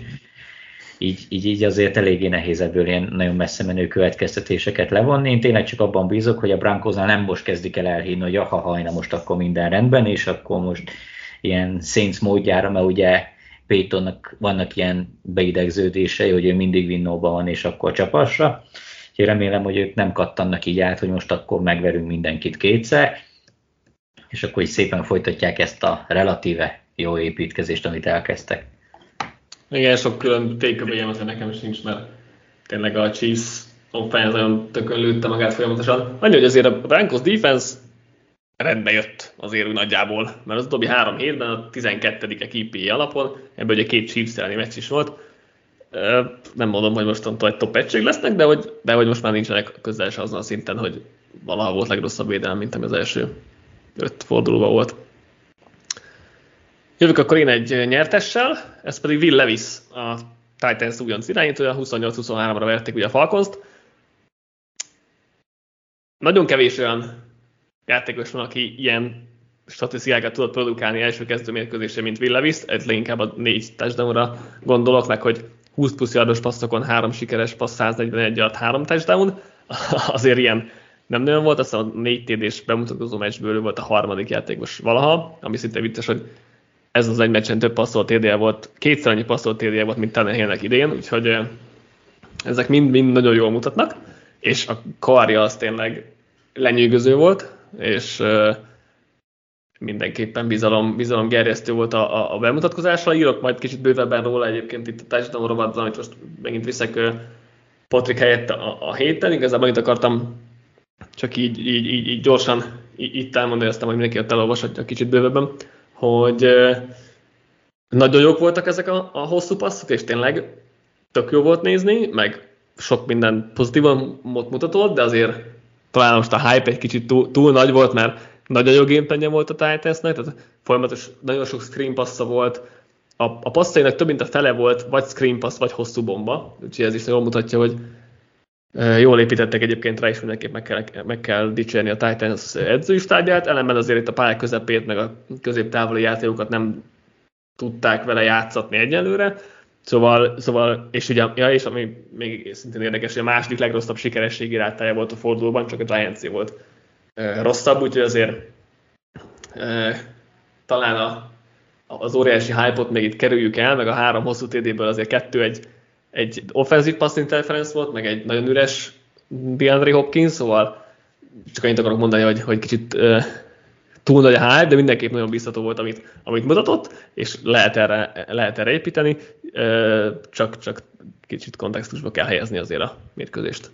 így azért eléggé nehéz ebből ilyen nagyon messze menő következtetéseket levonni. Én tényleg csak abban bízok, hogy a Broncosnál nem most kezdik el elhívni, hogy hajna most akkor minden rendben, és akkor most ilyen Saints módjára, mert ugye Paytonnak vannak ilyen beidegződései, hogy ő mindig winnóban van, és akkor csapassa. Úgyhogy remélem, hogy ők nem kattannak így át, hogy most akkor megverünk mindenkit kétszer, és akkor így szépen folytatják ezt a relatíve jó építkezést, amit elkezdtek. Igen, sok külön takeaway-em azért nekem is nincs, mert tényleg a Chiefs offense nagyon tökön lőtte magát folyamatosan. Annyi, hogy azért a Broncos defense rendbe jött azért úgy nagyjából, mert az utóbbi 3 hétben a 12. KPI alapon, ebből ugye 2 Chiefs elleni meccs is volt. Nem mondom, hogy mostantól egy top egység lesznek, de hogy most már nincsenek közel se azon a szinten, hogy valaha volt legrosszabb védelem, mint ami az első 5 fordulóban volt. Jövök akkor én egy nyertessel, ez pedig Will Levis, a Titans újonc irányítója, 28-23-ra verték ugye a Falcons-t. Nagyon kevés olyan játékos van, aki ilyen statisztikákat tudott produkálni első kezdőmérkőzésre, mint Will Levis, ez leginkább a 4 touchdownra gondolok, meg hogy 20 plusz yardos passzokon 3 sikeres passz, 141 yard, 3 touchdown. Azért ilyen nem nagyon volt, aztán a 4 TD-s bemutatkozó meccsből volt a 3. játékos valaha, ami szinte vicces, hogy ez az egy meccsen több passzolt TD-je volt, 2-szer annyi passzolt TD-je volt, mint Tannehillnek idén, úgyhogy ezek mind nagyon jól mutatnak, és a karja az tényleg lenyűgöző volt, és mindenképpen bizalom gerjesztő volt a bemutatkozásra. Írok majd kicsit bővebben róla egyébként itt a touchdown rovatban, amit most megint viszek Patrik helyett a héten. Igazából itt akartam csak így gyorsan itt elmondani, aztán majd mindenki ott elolvashatja kicsit bővebben, hogy nagyon jók voltak ezek a hosszú passzok, és tényleg tök jó volt nézni, meg sok minden pozitívan mutatott, de azért talán most a hype egy kicsit túl nagy volt, mert nagyon jó gameplan volt a Titansnek, tehát folyamatos, nagyon sok screen passza volt, a passzainak több mint a fele volt, vagy screen pass, vagy hosszú bomba, úgyhogy ez is jól mutatja, hogy jól építettek egyébként rá, és mindenképp meg kell dicsérni a Titans edzői stábját, ellenben azért itt a pályák közepét, meg a középtávoli játékokat nem tudták vele játszatni egyelőre. Szóval és ugye, és ami még szintén érdekes, hogy a második legrosszabb sikerességi rátája volt a fordulóban, csak a Giants volt rosszabb, úgyhogy azért talán az óriási hype-ot még itt kerüljük el, meg a 3 hosszú TD-ből azért 2 egy offensive pass interference volt, meg egy nagyon üres DeAndre Hopkins, szóval csak annyit akarok mondani, hogy kicsit túl nagy a hype, de mindenképp nagyon biztató volt, amit mutatott, és lehet erre építeni, csak kicsit kontextusba kell helyezni azért a mérkőzést.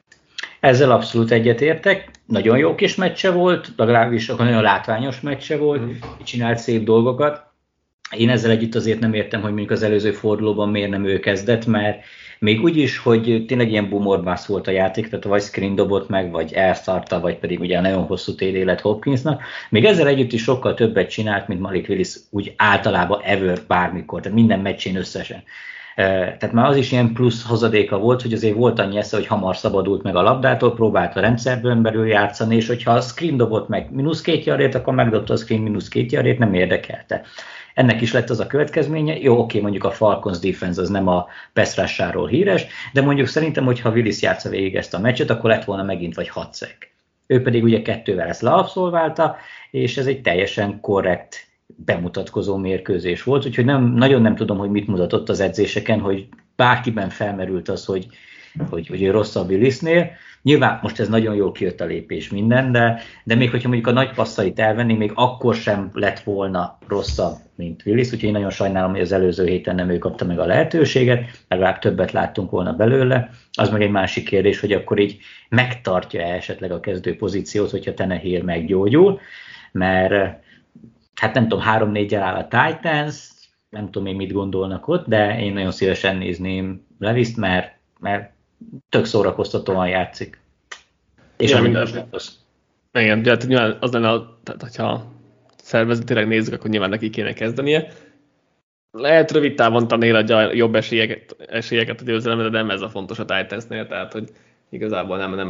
Ezzel abszolút egyetértek. Nagyon jó kis meccse volt, legalábbis nagyon látványos meccse volt, csinált szép dolgokat. Én ezzel együtt azért nem értem, hogy mondjuk az előző fordulóban miért nem ő kezdett, mert még úgy is, hogy tényleg ilyen boom-or-bust volt a játék, tehát vagy screen dobott meg, vagy elszarta, vagy pedig ugye nagyon hosszú TD lett Hopkinsnak. Még ezzel együtt is sokkal többet csinált, mint Malik Willis úgy általában ever bármikor, tehát minden meccsén összesen. Tehát már az is ilyen plusz hozadéka volt, hogy azért volt annyi esze, hogy hamar szabadult meg a labdától, próbált a rendszerből belül játszani, és hogyha a screen dobott meg -2 yardért, akkor megdobta a screen -2 yardért, nem érdekelte. Ennek is lett az a következménye, jó, oké, mondjuk a Falcons defense az nem a pass rush-áról híres, de mondjuk szerintem, hogyha Willis játsza végig ezt a meccset, akkor lett volna megint vagy 6 sack. Ő pedig ugye 2-vel ezt leabszolválta, és ez egy teljesen korrekt bemutatkozó mérkőzés volt, úgyhogy nagyon nem tudom, hogy mit mutatott az edzéseken, hogy bárkiben felmerült az, hogy ő rosszabb Willisnél. Nyilván most ez nagyon jól kijött a lépés minden, de még hogyha mondjuk a nagy passzait elvenni, még akkor sem lett volna rosszabb, mint Willis, úgyhogy én nagyon sajnálom, hogy az előző héten nem ő kapta meg a lehetőséget, legalább többet láttunk volna belőle. Az meg egy másik kérdés, hogy akkor így megtartja esetleg a kezdő pozíciót, hogyha Tannehill meggyógyul, mert hát nem tudom, 3-4-jel áll a Titans, nem tudom még mit gondolnak ott, de én nagyon szívesen nézném Levist, mert tök szórakoztatóan játszik. És ja, minden. Igen, de hát nyilván az lenne, tehát, hogyha szervezetileg nézzük, akkor nyilván neki kéne kezdenie. Lehet rövid távon Tannehill adja jobb esélyeket a győzelemre, de nem ez a fontos a Titansnél, tehát hogy igazából nem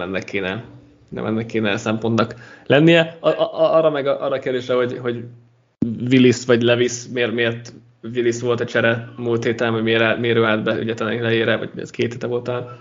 ennek kéne szempontnak lennie. Arra kérdésre, hogy Willis vagy Levis, miért Willis volt a csere múlt héten, vagy miért állt be ugye Tannehillre, vagy ez 2 hete voltál.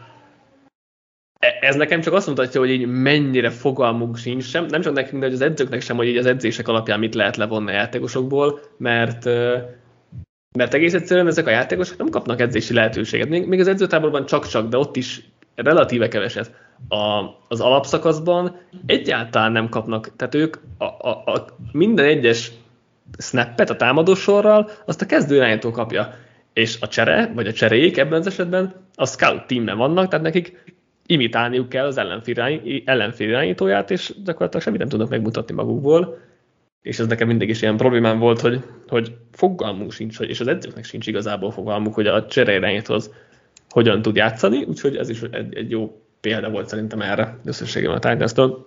Ez nekem csak azt mutatja, hogy így mennyire fogalmunk sincs sem, nem csak nekünk, de az edzőknek sem, hogy így az edzések alapján mit lehet levonni a játékosokból, mert egész egyszerűen ezek a játékosok nem kapnak edzési lehetőséget. Még az edzőtáborban csak, de ott is relatíve keveset. Az alapszakaszban egyáltalán nem kapnak, tehát ők minden egyes snappet a támadósorral azt a kezdőirányító kapja. És a csere, vagy a cserék ebben az esetben a scout teamben vannak, tehát nekik imitálniuk kell az ellenfél irányítóját, és gyakorlatilag semmit nem tudnak megmutatni magukból. És ez nekem mindig is ilyen problémám volt, hogy fogalmunk sincs, és az edzőknek sincs igazából fogalmuk, hogy a csereirányítóhoz hogyan tud játszani, úgyhogy ez is egy jó példa volt szerintem erre összességében a Titans-től.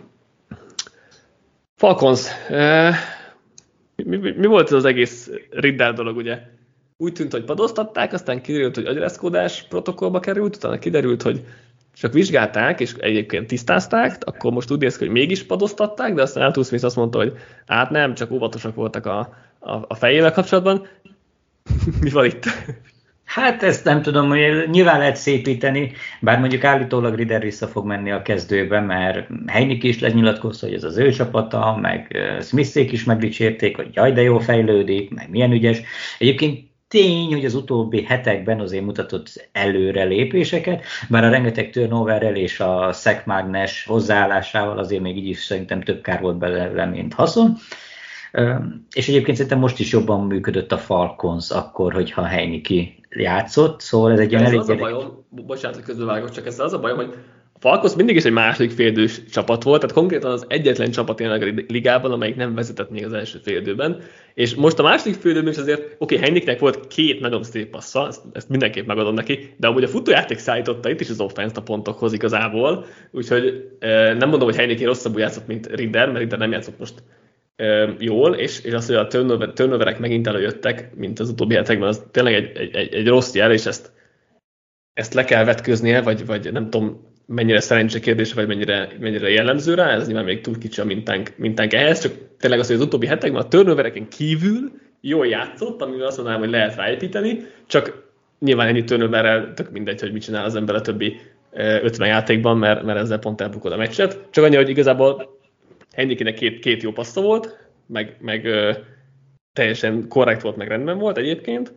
Falcons, mi volt ez az egész Riddle dolog, ugye? Úgy tűnt, hogy padoztatták, aztán kiderült, hogy agyrázkódás protokollba került, utána kiderült, hogy csak vizsgálták, és egyébként tisztázták, akkor most úgy néz ki, hogy mégis padoztatták, de aztán Arthur Smith azt mondta, hogy hát nem, csak óvatosak voltak a fejével kapcsolatban. Mi van itt? Hát ezt nem tudom, hogy nyilván lehet szépíteni, bár mondjuk állítólag Riddle vissza fog menni a kezdőbe, mert Heinicke is lenyilatkozta, hogy ez az ő csapata, meg Smithék is megdicsérték, hogy jaj, de jól fejlődik, meg milyen ügyes. Egyébként tény, hogy az utóbbi hetekben azért mutatott előre lépéseket, bár a rengeteg turnoverrel és a szekmágnes hozzáállásával azért még így is szerintem több kár volt belőle, mint haszon. És egyébként szerintem most is jobban működött a Falcons akkor, hogyha Heinicke játszott, szóval ez egy olyan elég... Az a bajom, bocsánat, hogy közbevágok, csak ezzel az a bajom, hogy a Falcons mindig is egy második félidős csapat volt, tehát konkrétan az egyetlen csapat jelenleg a ligában, amelyik nem vezetett még az első félidőben, és most a második félidőben is azért, Henriknek volt 2 nagyon szép passza, ezt mindenképp megadom neki, de amúgy a futójáték szállította itt is az offense a pontokhoz igazából, úgyhogy nem mondom, hogy Henrik rosszabbul játszott, mint Ridder, mert Ridder nem játszott most jól, és az, hogy a turnoverek megint előjöttek, mint az utóbbi hetekben, az tényleg egy rossz jel, és ezt le kell vetköznie, vagy nem tudom, mennyire szerencsé kérdése, vagy mennyire jellemző rá, ez nyilván még túl kicsi a mintánk ehhez, csak tényleg az, hogy az utóbbi hetekben a turnovereken kívül jól játszott, amivel azt mondanám, hogy lehet ráépíteni, csak nyilván ennyi turnoverrel tök mindegy, hogy mit csinál az ember a többi 50 játékban, mert ezzel pont elbukod a meccset. Csak annyi, hogy igazából Henrikének két jó passza volt, meg teljesen korrekt volt, meg rendben volt egyébként.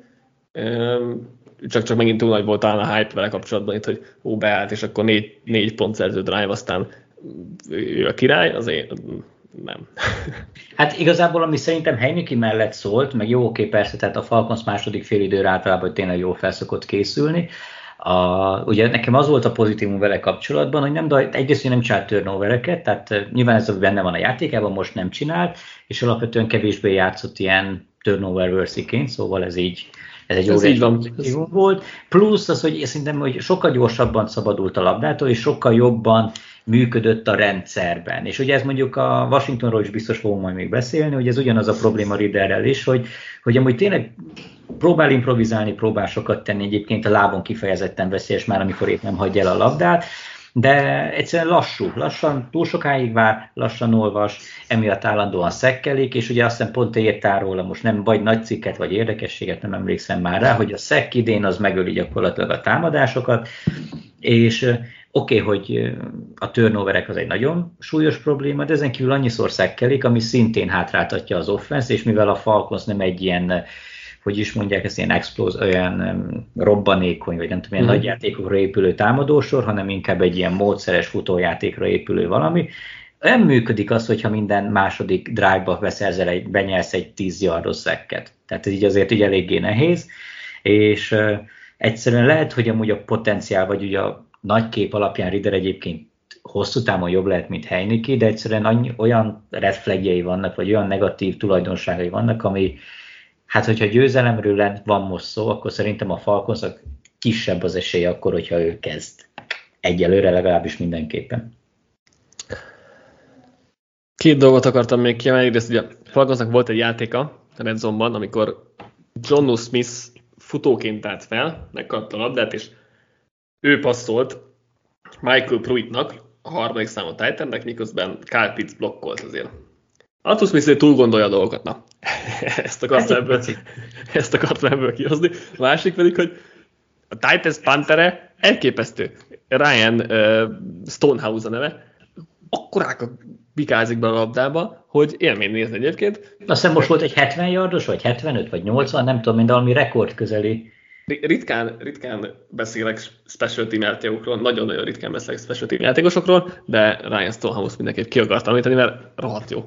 Csak megint túl nagy volt talán a hype vele kapcsolatban itt, hogy beállt, és akkor 4 pont szerző drive, aztán ő a király, azért nem. Hát igazából, ami szerintem Heineke mellett szólt, meg jó, oké, persze, tehát a Falcons második félidőre általában hogy tényleg jól felszokott készülni. Ugye nekem az volt a pozitívum vele kapcsolatban, hogy egyrészt nem csinált turnovereket, tehát nyilván ez benne van a játékában, most nem csinált, és alapvetően kevésbé játszott ilyen turnover worthy-ként, szóval ez egy jó pozitívum volt. Plusz az, hogy szerintem, hogy sokkal gyorsabban szabadult a labdától, és sokkal jobban működött a rendszerben. És ugye ez mondjuk a Washingtonról is biztos fogunk majd még beszélni, hogy ez ugyanaz a probléma Ridderrel is, hogy amúgy tényleg próbál improvizálni, próbál sokat tenni, egyébként a lábon kifejezetten veszélyes már, amikor épp nem hagyja el a labdát, de egyszerűen lassan, túl sokáig vár, lassan olvas, emiatt állandóan szekkelik, és ugye azt hiszem pont te írtál róla, most nem vagy nagy cikket, vagy érdekességet, nem emlékszem már rá, hogy a szekk idén az megöli gyakorlatilag a támadásokat, és oké, hogy a turnoverek az egy nagyon súlyos probléma, de ezen kívül annyiszor szekkelik, ami szintén hátráltatja az offense, és mivel a Falcons nem egy ilyen, hogy is mondják, ez olyan robbanékony, vagy nem tudom, ilyen nagy játékokra épülő támadósor, hanem inkább egy ilyen módszeres futójátékra épülő valami. Nem működik az, hogyha minden második drive-ba benyelsz egy 10 yardos szekket. Tehát ez így azért így eléggé nehéz, és egyszerűen lehet, hogy amúgy a potenciál, vagy ugye a nagy kép alapján Ridder egyébként hosszú távon jobb lehet, mint Heineke, de egyszerűen olyan red flagjei vannak, vagy olyan negatív tulajdonságai vannak, ami, hát hogyha győzelemről van most szó, akkor szerintem a Falconsnak kisebb az esélye akkor, hogyha ő kezd. Egyelőre legalábbis mindenképpen. 2 dolgot akartam még kiemelni, de ugye a Falconsnak volt egy játéka a Red Zone-ban, amikor Jonnu Smith futóként állt fel, megkapta a labdát, és ő passzolt Michael Pruittnak, a 3. számú Titannek, miközben Kyle Pitts blokkolt azért. Arthur Smith túl gondolja a dolgokat, na. Ezt akartam ebből kihozni. A másik pedig, hogy a Titans puntere elképesztő. Ryan Stonehouse a neve. Akkorákat bikázik be a labdába, hogy élmény nézni egyébként. Azt hiszem most volt egy 70 yardos, vagy 75, vagy 80, nem tudom, de valami rekord közeli. Ritkán beszélek special team játékokról, nagyon-nagyon ritkán beszélek special team játékosokról, de Ryan Stonehouse mindenképp ki akartam említeni, mert rohadt jó.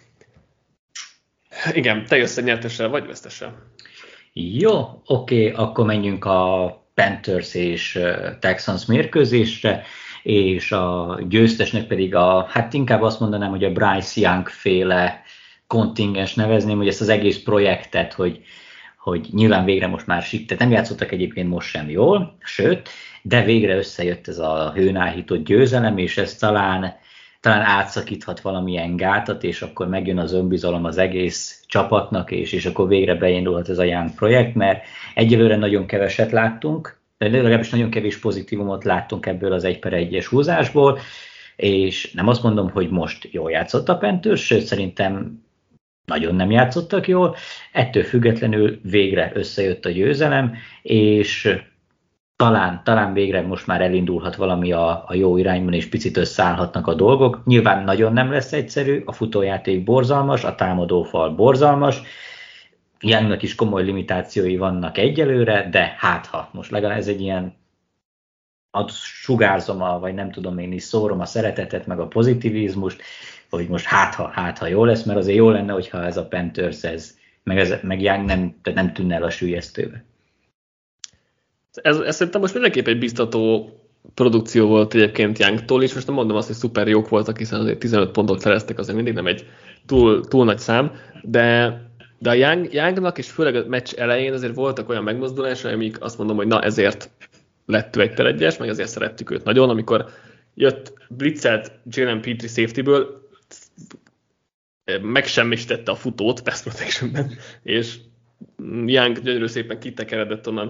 Igen, te jössz egy nyertessel vagy vesztessel. Jó, oké, akkor menjünk a Panthers és Texans mérkőzésre, és a győztesnek pedig hát inkább azt mondanám, hogy a Bryce Young féle kontingens nevezném, hogy ezt az egész projektet, hogy nyilván végre most már tehát nem játszottak egyébként most sem jól, sőt, de végre összejött ez a hőnállított győzelem, és ez talán átszakíthat valamilyen gátat, és akkor megjön az önbizalom az egész csapatnak, és akkor végre beindulhat ez a Young projekt, mert egyelőre nagyon keveset láttunk, legalábbis nagyon kevés pozitívumot láttunk ebből az 1-1-es húzásból, és nem azt mondom, hogy most jól játszott a Panthers, sőt szerintem nagyon nem játszottak jól, ettől függetlenül végre összejött a győzelem, és talán végre most már elindulhat valami a jó irányban, és picit összeállhatnak a dolgok. Nyilván nagyon nem lesz egyszerű, a futójáték borzalmas, a támadófal borzalmas, Youngnak is komoly limitációi vannak egyelőre, de ha most legalább ez egy ilyen sugárzom, vagy nem tudom én is szórom a szeretetet, meg a pozitivizmust, hogy most ha jó lesz, mert azért jó lenne, hogyha ez a Panthers, meg Young nem tűnne el a süllyesztőbe. Ez szerintem most mindenképp egy biztató produkció volt egyébként Youngtól is, most nem mondom azt, hogy szuper jók voltak, hiszen azért 15 pontot szereztek, azért mindig nem egy túl nagy szám, de a Youngnak és főleg a meccs elején azért voltak olyan megmozdulásai, amik azt mondom, hogy na ezért lett ő egy telegyes, meg ezért szerettük őt nagyon, amikor jött blitzelt Jalen Petrie safetyből, megsemmisítette a futót pass protectionben, és Young gyönyörű szépen kitekeredett onnan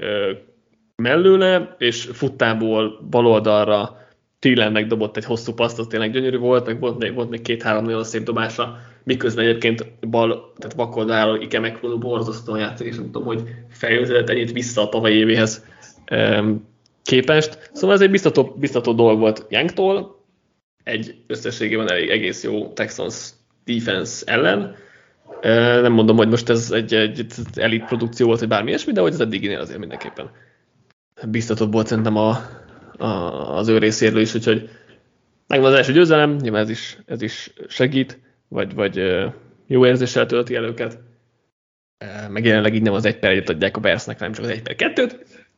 mellőle, és futtából bal oldalra Thiellennek dobott egy hosszú paszt, az tényleg gyönyörű volt, meg volt még 2-3 nagyon szép dobása, miközben egyébként tehát vakoldáról Ike McClellan borzasztóan játszik, és nem tudom, hogy fejlődött ennyit vissza a tavalyi évéhez képest. Szóval ez egy biztató dolog volt Youngtól, egy összességében elég egész jó Texans defense ellen. Nem mondom, hogy most ez egy elit produkció volt, vagy bármi ilyesmi, de hogy az eddiginél azért mindenképpen biztatóbb volt szerintem az ő részéről is, úgyhogy megvan az első győzelem, nyilván ez is segít, vagy jó érzéssel tölti el őket. Meg jelenleg így nem az 1/1 adják a Bearsnek, hanem csak az 1/2.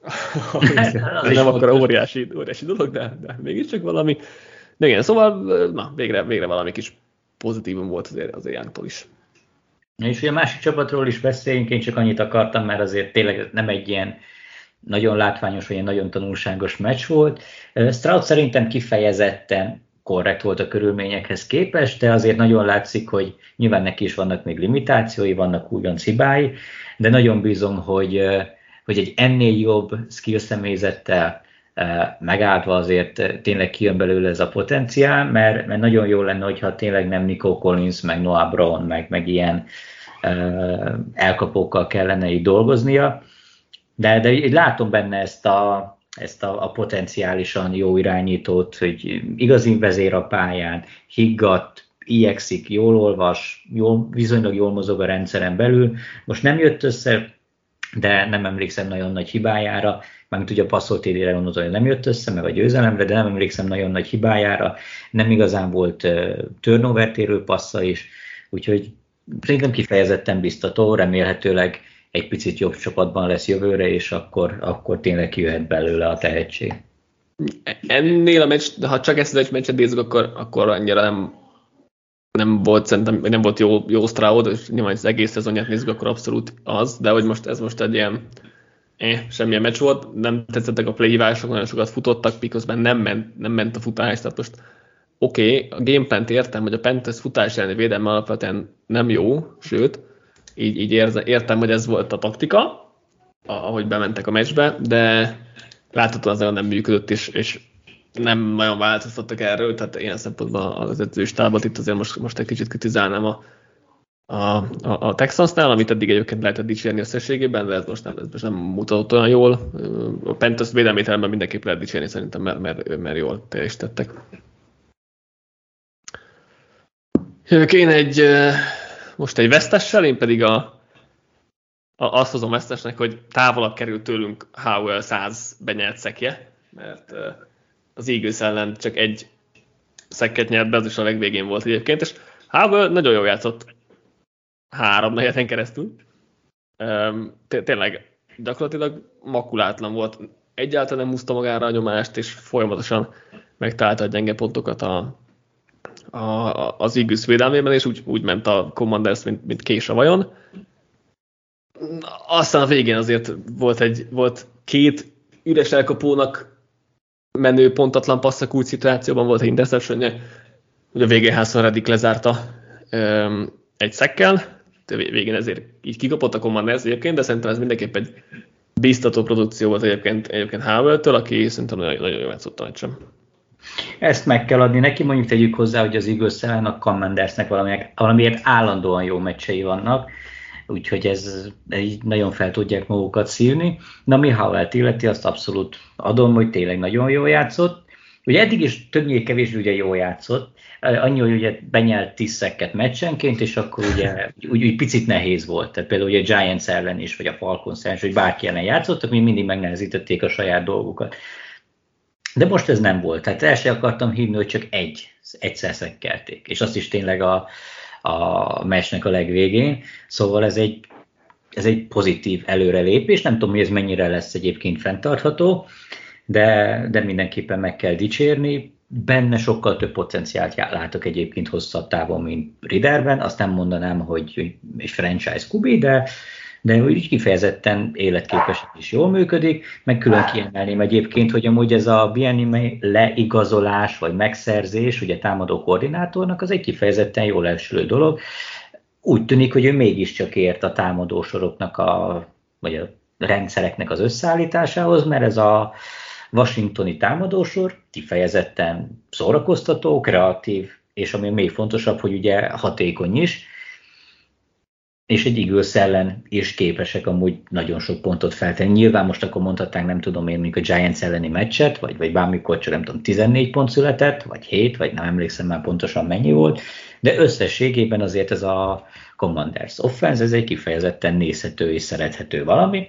Ez nem akkor óriási dolog, de mégiscsak valami. De igen, szóval na, végre valami kis pozitívum volt azért Youngtól is. És ugye a másik csapatról is beszéljünk, én csak annyit akartam, mert azért tényleg nem egy ilyen nagyon látványos, vagy ilyen nagyon tanulságos meccs volt. Stroud szerintem kifejezetten korrekt volt a körülményekhez képest, de azért nagyon látszik, hogy nyilván neki is vannak még limitációi, vannak újonc hibái, de nagyon bízom, hogy egy ennél jobb skill személyzettel megálltva azért tényleg kijön belőle ez a potenciál, mert nagyon jó lenne, hogyha tényleg nem Nico Collins, meg Noah Brown, meg ilyen elkapókkal kellene így dolgoznia, de így látom benne ezt a potenciálisan jó irányítót, hogy igazi vezér a pályán, higgadt, igyekszik, jól olvas, viszonylag jól mozog a rendszeren belül. Most nem jött össze, de nem emlékszem nagyon nagy hibájára, mármint ugye a passzolt TD-re gondolom, hogy nem jött össze, meg a győzelemre, de nem emlékszem nagyon nagy hibájára, nem igazán volt turnover-térő passza is, úgyhogy szerintem kifejezetten biztató, remélhetőleg egy picit jobb csapatban lesz jövőre, és akkor tényleg kijöhet belőle a tehetség. Ennél a meccs, ha csak ezt az egy meccset nézzük, akkor annyira nem volt, szerintem nem volt jó Stroud, és nyilván az egész szezonját nézzük, akkor abszolút az, de hogy ez most egy ilyen semmilyen meccs volt, nem tetszettek a playhívások, nagyon sokat futottak, miközben nem ment a futás, tehát most oké, a gameplant értem, hogy a Panthers futás elleni védelme alapvetően nem jó, sőt, így értem, hogy ez volt a taktika, ahogy bementek a meccsbe, de láthatóan az nem működött, és nem nagyon változtattak erről, tehát ilyen szempontból az edzőstábot itt azért most egy kicsit kritizálnám a Texansnál, amit eddig egyébként lehetett dicsérni összességében, de ez most nem mutatott olyan jól. A Panthers védelmét ellenben mindenképp lehet dicsérni szerintem, mert jól teljesítettek. Jövök én most egy vesztessel, én pedig azt hozom vesztesnek, hogy távolabb került tőlünk Howell 100 benyert szekje, mert az Eagles ellen csak egy szekket nyert be, az is a legvégén volt egyébként, és Howell nagyon jól játszott 3 héten keresztül. Tényleg gyakorlatilag makulátlan volt, egyáltalán nem húzta magára a nyomást, és folyamatosan megtalálta a gyenge pontokat az Eagles védelmében, és úgy ment a Commanders, mint kés a vajon. Aztán a végén azért volt 2 üres elkapónak menő pontatlan passzak úgy szituációban, volt egy interceptionje, hogy a végén Hudson Reddick lezárta egy szekkel, végén ezért így kikapott a Commanders egyébként, de szerintem ez mindenképp egy biztató produkció volt egyébként Howell-től, aki szerintem nagyon jól játszott a meccsen. Ezt meg kell adni neki, mondjuk tegyük hozzá, hogy az Eagles ellen a Commandersnek valamiért állandóan jó meccsei vannak, úgyhogy ez nagyon fel tudják magukat szívni. Na, mi Howell-t illeti, azt abszolút adom, hogy tényleg nagyon jól játszott. Ugye eddig is többnyire kevésbé ugye jól játszott, annyi, hogy ugye benyelt 10 szekket meccsenként, és akkor ugye úgy picit nehéz volt. Tehát például ugye a Giants ellen is, vagy a Falcons ellen is, hogy bárki ellen játszottak, mindig megnehezítették a saját dolgukat. De most ez nem volt. Tehát el sem akartam hívni, hogy csak egyszer szekkelték. És azt is tényleg a meccsnek a legvégén. Szóval ez egy pozitív előrelépés. Nem tudom, hogy ez mennyire lesz egyébként fenntartható. de mindenképpen meg kell dicsérni. Benne sokkal több potenciált látok egyébként hosszabb távon, mint Ridderben. Azt nem mondanám, hogy egy franchise kubi, de úgy kifejezetten életképes és jól működik, meg külön kiemelném egyébként, hogy amúgy ez a Bieniemy leigazolás vagy megszerzés, ugye támadó koordinátornak, az egy kifejezetten jól elsülő dolog. Úgy tűnik, hogy ő mégiscsak ért a támadósoroknak vagy a rendszereknek az összeállításához, mert ez a washingtoni támadósor kifejezetten szórakoztató, kreatív, és ami még fontosabb, hogy ugye hatékony is, és egy Eagles ellen is képesek amúgy nagyon sok pontot feltenni. Nyilván most akkor mondhatnánk, nem tudom én, mondjuk a Giants elleni meccset, vagy bármikor csak nem tudom, 14 pont született, vagy 7, vagy nem emlékszem már pontosan mennyi volt, de összességében azért ez a Commanders offense, ez egy kifejezetten nézhető és szerethető valami,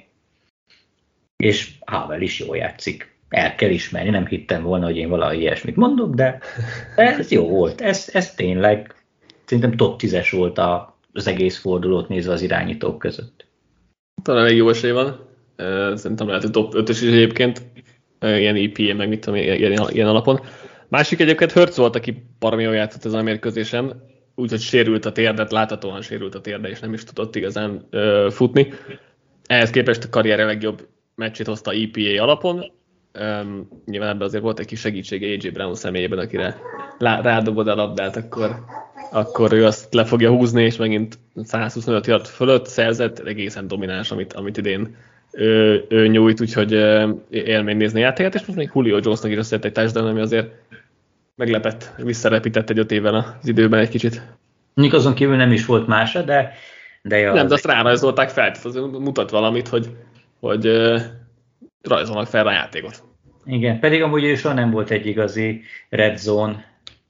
és Howell is jól játszik. El kell ismerni, nem hittem volna, hogy én valahogy ilyesmit mondok, de ez jó volt. Ez tényleg szerintem top 10-es volt az egész fordulót nézve az irányítók között. Talán elég jó esély van. Szerintem lehet, hogy top 5-ös is egyébként. Ilyen EPA, meg mit tudom, ilyen alapon. Másik egyébként Hurts volt, aki baromi jól játszott ezen a mérkőzésen. Úgyhogy sérült a térdet, láthatóan sérült a térde, és nem is tudott igazán futni. Ehhez képest a karrier legjobb meccsét hozta EPA alapon. Nyilván ebben azért volt egy kis segítsége AJ Brown személyében, akire rádobod a labdát, akkor ő azt le fogja húzni, és megint 125 yard fölött szerzett, egészen domináns, amit idén ő nyújt, úgyhogy élmény nézni a játékát, és most még Julio Jonesnak is összejött egy touchdown, ami azért meglepett, visszarepített egy 5 évvel az időben egy kicsit. Mondjuk azon kívül nem is volt mása, de nem, de azt rárajzolták fel, tehát az mutat valamit, hogy rajzolnak fel a játékot. Igen, pedig amúgy ő soha nem volt egy igazi red zone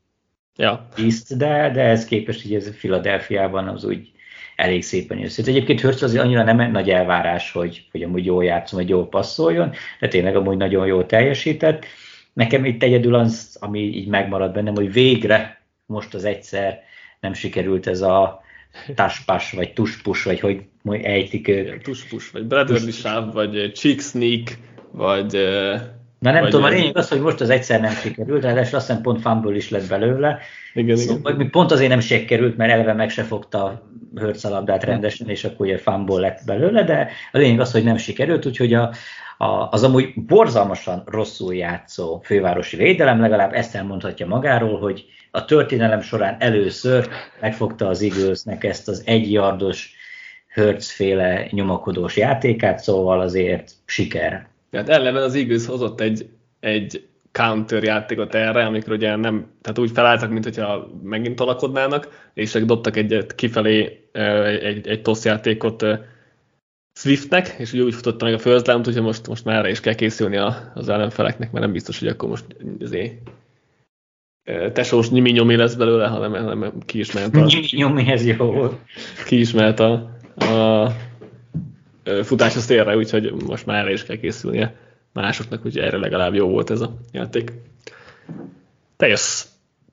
tiszt, de ez képest, hogy ez Philadelphiában az úgy elég szépen összejött. Egyébként Hurts azért annyira nem nagy elvárás, hogy amúgy jól játszom, hogy jól passzoljon, de tényleg amúgy nagyon jól teljesített. Nekem itt egyedül az, ami így megmaradt bennem, hogy végre most az egyszer nem sikerült ez a tush-push, vagy tush-push, vagy hogy ejtik ők. Tush-push, vagy Bradley sáv, vagy cheek sneak, vagy... Na nem tudom, a lényeg az, hogy most az egyszer nem sikerült, ráadásul azt hiszem pont fumble is lett belőle. Igen. Vagy pont azért nem sikerült, mert eleve meg se fogta Hurts a labdát rendesen, és akkor ugye fumble lett belőle, de a lényeg az, hogy nem sikerült, úgyhogy az amúgy borzalmasan rosszul játszó fővárosi védelem legalább ezt elmondhatja magáról, hogy a történelem során először megfogta az Eaglesnek ezt az 1 yardos Hurts-féle nyomakodós játékát, szóval azért siker. Tehát ellenben az Eagles hozott egy counter játékot erre, amikor ugye nem, tehát úgy felálltak, mintha megint alakodnának, és dobtak egyet kifelé egy toss játékot Swiftnek, és ugye úgy futotta meg a first down-t, úgyhogy most már erre is kell készülni az ellenfeleknek, mert nem biztos, hogy akkor most azért tesós nyimi-nyomi lesz belőle, hanem ki is ment nyimi-nyomi, ez jó volt. Ki is ment a futás a szélre, úgyhogy most már erre is kell készülnie másoknak, úgyhogy erre legalább jó volt ez a játék. Te jössz!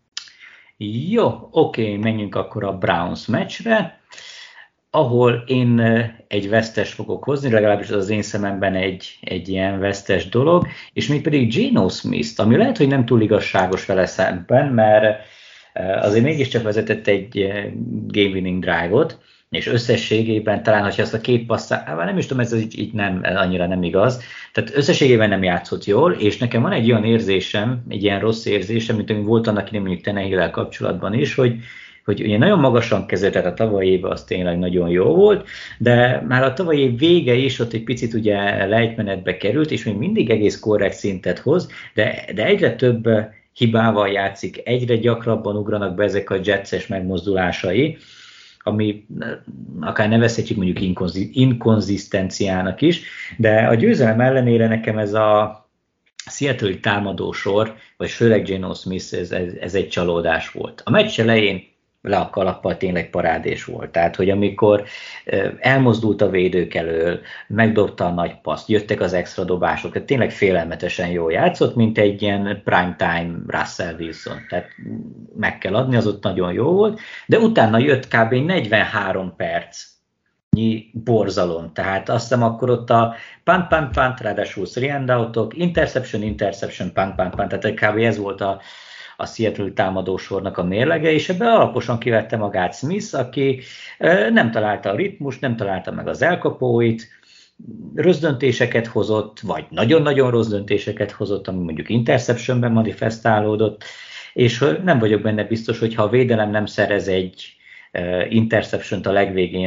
Jó, oké, menjünk akkor a Browns meccsre, ahol én egy vesztes fogok hozni, legalábbis az én szememben egy ilyen vesztes dolog, és még pedig Geno Smith-t, ami lehet, hogy nem túl igazságos vele szemben, mert azért mégiscsak vezetett egy game-winning drive-ot, és összességében talán, hogyha azt a két passzát, nem is tudom, ez így nem, annyira nem igaz, tehát összességében nem játszott jól, és nekem van egy olyan érzésem, egy ilyen rossz érzésem, mint ami volt annak mondjuk Tannehill-el kapcsolatban is, hogy ugye nagyon magasan kezdett a tavalyi évben, az tényleg nagyon jó volt, de már a tavalyi év vége is ott egy picit ugye lejtmenetbe került, és még mindig egész korrekt szintet hoz, de egyre több hibával játszik, egyre gyakrabban ugranak be ezek a jetses megmozdulásai, ami akár nevezhetjük mondjuk inkonzisztenciának is, de a győzelem ellenére nekem ez a Seattle-i támadósor, vagy főleg Geno Smith, ez egy csalódás volt. A meccs elején le a kalappal tényleg parádés volt. Tehát, hogy amikor elmozdult a védők elől, megdobta a nagy paszt, jöttek az extra dobások, tehát tényleg félelmetesen jól játszott, mint egy ilyen primetime Russell Wilson. Tehát meg kell adni, az ott nagyon jó volt, de utána jött kb. 43 perc borzalom. Tehát azt hiszem akkor ott a punt, ráadásul 3-and-outok, interception, punt. Tehát kb. Ez volt a Seattle támadósornak a mérlege, és ebben alaposan kivette magát Smith, aki nem találta a ritmust, nem találta meg az elkapóit, rossz döntéseket hozott, vagy nagyon-nagyon rossz döntéseket hozott, ami mondjuk interceptionben manifestálódott, és nem vagyok benne biztos, hogy ha a védelem nem szerez egy interception-t a legvégén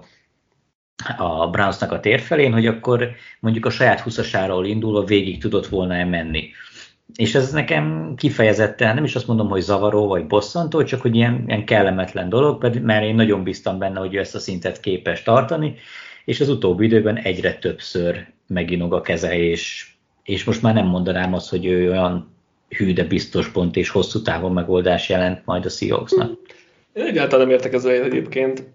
a Brownsnak a térfelén, hogy akkor mondjuk a saját 20-asáról indulva végig tudott volna menni. És ez nekem kifejezetten, nem is azt mondom, hogy zavaró vagy bosszantó, csak hogy ilyen kellemetlen dolog, mert én nagyon bíztam benne, hogy ő ezt a szintet képes tartani, és az utóbbi időben egyre többször meginog a keze, és most már nem mondanám azt, hogy ő olyan hű, de biztos pont és hosszú távon megoldás jelent majd a Seahawksnak. Én egyáltalán nem értek ezzel egyébként.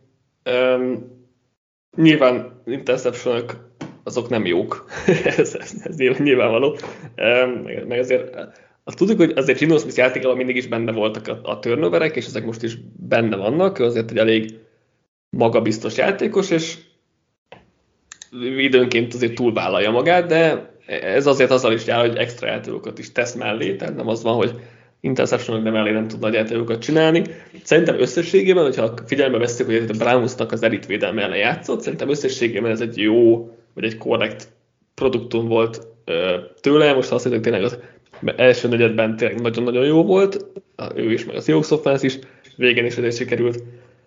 Nyilván interceptionok azok nem jók, ez nyilvánvaló. Meg azért azt tudjuk, hogy azért Geno Smith játékában mindig is benne voltak a turnoverek, és ezek most is benne vannak, azért egy elég magabiztos játékos, és időnként azért túlvállalja magát, de ez azért azzal is jár, hogy extra játékokat is tesz mellé, tehát nem az van, hogy interceptionok, de mellé nem tud nagy játékokat csinálni. Szerintem összességében, hogyha figyelembe vesszük, hogy a Brownsnak az elit védelme ellen játszott, szerintem összességében ez egy jó, vagy egy korrekt produktum volt tőle. Most azt hiszem, tényleg az első negyedben tényleg nagyon-nagyon jó volt, ő is, meg a Seahawks offense is, végén is azért sikerült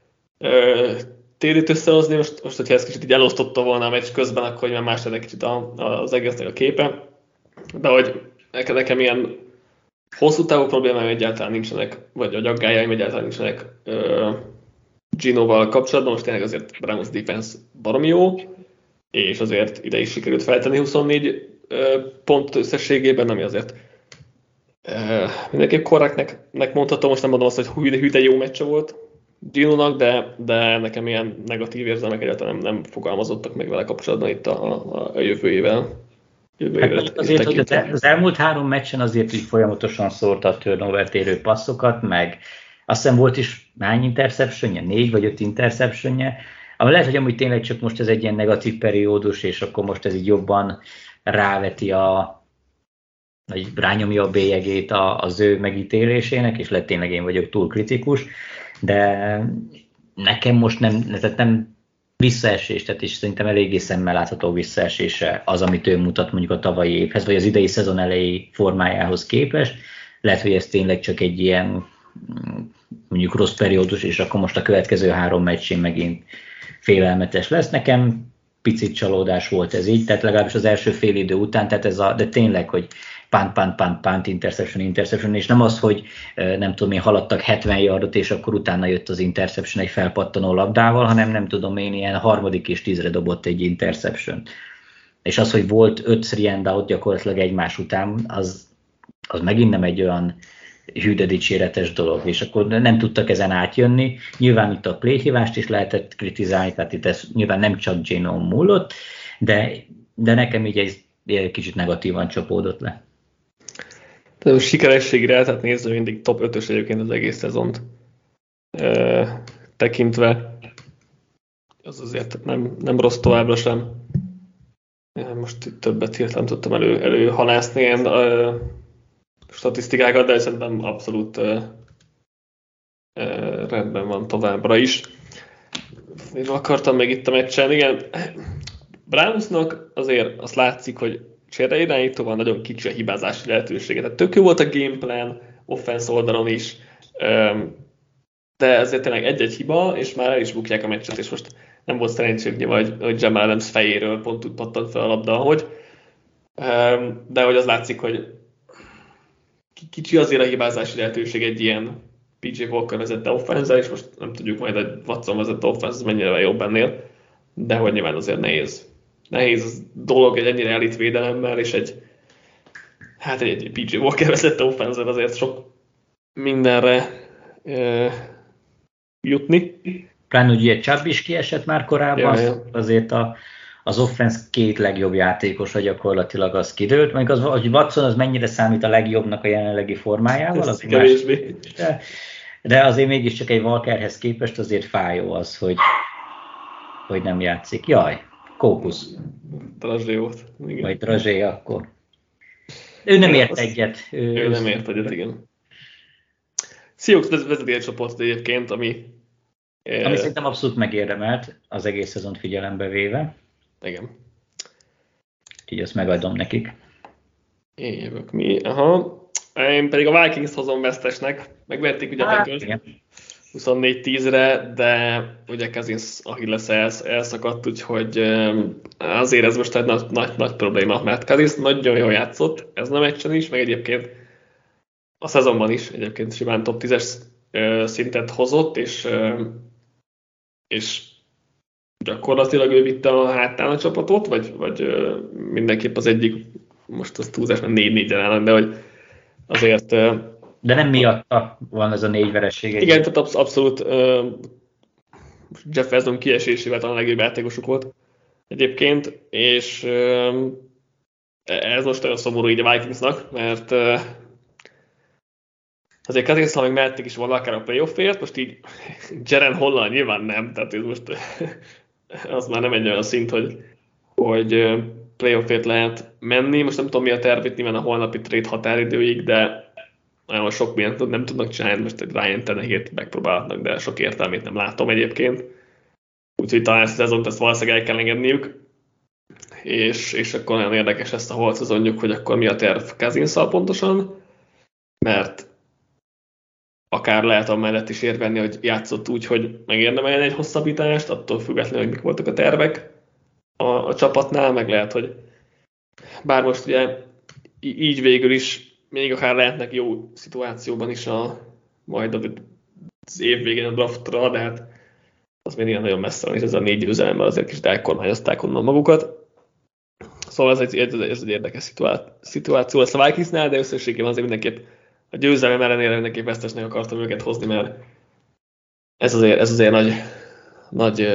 térít összehozni. Most, hogyha ezt kicsit így elosztotta volna a meccs közben, akkor már más lenne kicsit az egésznek a képe. De hogy nekem ilyen hosszú távú problémáim egyáltalán nincsenek, vagy aggájaim egyáltalán nincsenek Genoval kapcsolatban. Most tényleg azért Browns defense baromi jó, és azért ide is sikerült feltenni 24 pont összességében, ami azért mindenképp korrektnek mondhatom. Most nem mondom azt, hogy hű de jó meccse volt Genónak, de nekem ilyen negatív érzelmek egyáltalán nem fogalmazottak meg vele kapcsolatban itt a jövőjével. Hát azért, hogy az elmúlt 3 meccsen azért így folyamatosan szórta a turnovert érő passzokat, meg azt hiszem volt is hány interceptionje, 4 vagy 5 interceptionje, ami lehet, hogy amúgy tényleg csak most ez egy ilyen negatív periódus, és akkor most ez így jobban ráveti vagy rányomja a bélyegét az ő megítélésének, és lehet tényleg én vagyok túl kritikus, de nekem most nem visszaesés, tehát is szerintem eléggé szemmel látható visszaesése az, amit ő mutat mondjuk a tavalyi évhez, vagy az idei szezon elejé formájához képest. Lehet, hogy ez tényleg csak egy ilyen mondjuk rossz periódus, és akkor most a következő 3 meccsén megint félelmetes lesz. Nekem picit csalódás volt ez így, tehát legalábbis az első fél idő után, tehát de tényleg, hogy punt, interception, és nem az, hogy nem tudom én, haladtak 70 yardot, és akkor utána jött az interception egy felpattanó labdával, hanem nem tudom én, ilyen 3. és 10-re dobott egy interception. És az, hogy volt 5 3-and-out gyakorlatilag egymás után, az megint nem egy olyan hű de dicséretes dolog, és akkor nem tudtak ezen átjönni. Nyilván itt a playhívást is lehetett kritizálni, tehát itt ez nyilván nem csak Geno múlott, de nekem így egy kicsit negatívan csapódott le. De sikerességre, tehát nézve mindig top 5-ös egyébként az egész szezont tekintve. Az azért nem rossz továbbra sem. Most többet hirtelen tudtam előhalászni ilyen statisztikákat, de szerintem abszolút rendben van továbbra is. Én akartam még itt a meccsen, igen. Brownsnak azért azt látszik, hogy csereirányítóval nagyon kicsi a hibázási lehetősége. Tehát tök jó volt a gameplan, offense oldalon is, de ezért tényleg egy-egy hiba, és már el is bukják a meccset, és most nem volt szerencség, hogy Jamal Adams fejéről pont úgy pattant fel a labda, ahogy. De hogy az látszik, hogy kicsi azért a hibázási lehetőség egy ilyen PJ Walker vezette offense, és most nem tudjuk majd, hogy Watson vezette offense, ez mennyire jobb ennél, de hogy nyilván azért nehéz dolog egy ennyire elit védelemmel, és egy PJ Walker vezette offense azért sok mindenre jutni. Pláne ugye Chubb is kiesett már korábban, azért az offense 2 legjobb játékosa gyakorlatilag az kidőlt, meg az, hogy Watson az mennyire számít a legjobbnak a jelenlegi formájával, az kevésbé. De azért mégiscsak egy Walkerhez képest azért fájó az, hogy hogy nem játszik. Jaj, Kókusz. Drazsé volt. Igen. Vagy Drazsé akkor. Ő nem ért egyet. Ő nem ért egyet, igen. Seahawks vezeti egy csoportot egyébként, ami szerintem abszolút megérdemelt az egész szezont figyelembe véve. Igen. Úgyhogy azt megadom nekik. Én jövök mi? Aha. Én pedig a Vikings hozom vesztesnek. Megverték ugye a Packers 24-10-re, de ugye Cousins Achilles elszakadt, úgyhogy azért ez most egy nagy probléma, mert Cousins nagyon jól játszott, ez nem meccsen is, meg egyébként a szezonban is egyébként simán top 10-es szintet hozott, és gyakorlatilag ő vitte a hátán a csapatot, vagy mindenképp az egyik, most az túlzás, mert 4-4-en állnak, de hogy azért... De nem miatta van ez a 4 veresség. Igen, tehát abszolút Jeff Wilson kiesésével talán a legjobb játékosuk volt egyébként, és ez most nagyon szomorú így a Vikingsnak, mert azért Cousins-szal még mehették is volna akár a playoffért, most így Jaren Holland nyilván nem, tehát ez most az már nem egy olyan szint, hogy playoffért lehet menni. Most nem tudom, mi a terv itt nyilván a holnapi trade határidőig, de nagyon sok mindent nem tudnak csinálni, most egy Ryan Tannehillt megpróbálhatnak, de sok értelmét nem látom egyébként. Úgyhogy talán ezt a szezont ezt valószínűleg el kell engedniük, és akkor nagyon érdekes ezt a holt szezonjuk, hogy akkor mi a terv Cousinsszal pontosan, mert akár lehet amellett is érvelni, hogy játszott úgy, hogy megérdemeljen egy hosszabbítást, attól függetlenül, hogy mik voltak a tervek a csapatnál, meg lehet, hogy bár most ugye így végül is még akár lehetnek jó szituációban is majd az év végén a draftra, de hát az még ilyen nagyon messze van, és ez a 4 győzelemmel azért kis elkormányozták onnan magukat. Szóval ez egy érdekes szituáció lesz a Vikingsnál, de összességében azért mindenképp a győzelem ellenére mindenképp vesztesnek akartam őket hozni, mert ez azért nagy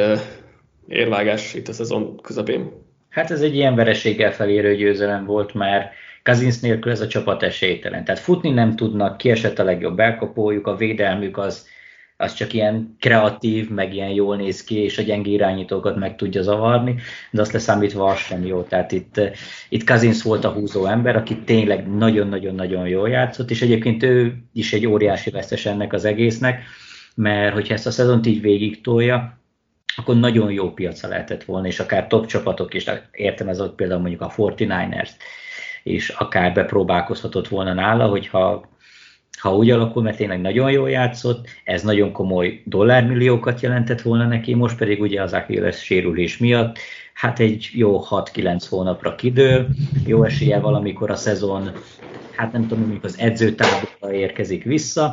érvágás itt a szezon közepén. Hát ez egy ilyen vereséggel felérő győzelem volt, már Cousins nélkül ez a csapat esélytelen. Tehát futni nem tudnak, kiesett a legjobb elkapójuk, a védelmük az csak ilyen kreatív, meg ilyen jól néz ki, és a gyenge irányítókat meg tudja zavarni, de azt leszámítva az sem jó. Tehát itt Cousins volt a húzó ember, aki tényleg nagyon-nagyon-nagyon jól játszott, és egyébként ő is egy óriási vesztes ennek az egésznek, mert hogyha ezt a szezont így végig tolja, akkor nagyon jó piaca lehetett volna, és akár top csapatok is, értem ez ott például mondjuk a 49ers, és akár bepróbálkozhatott volna nála, hogyha úgy alakul, mert tényleg nagyon jól játszott, ez nagyon komoly dollármilliókat jelentett volna neki, most pedig ugye az Achilles sérülés miatt, hát egy jó 6-9 hónapra kidől, jó esélye valamikor a szezon, hát nem tudom, mondjuk az edzőtáborba érkezik vissza,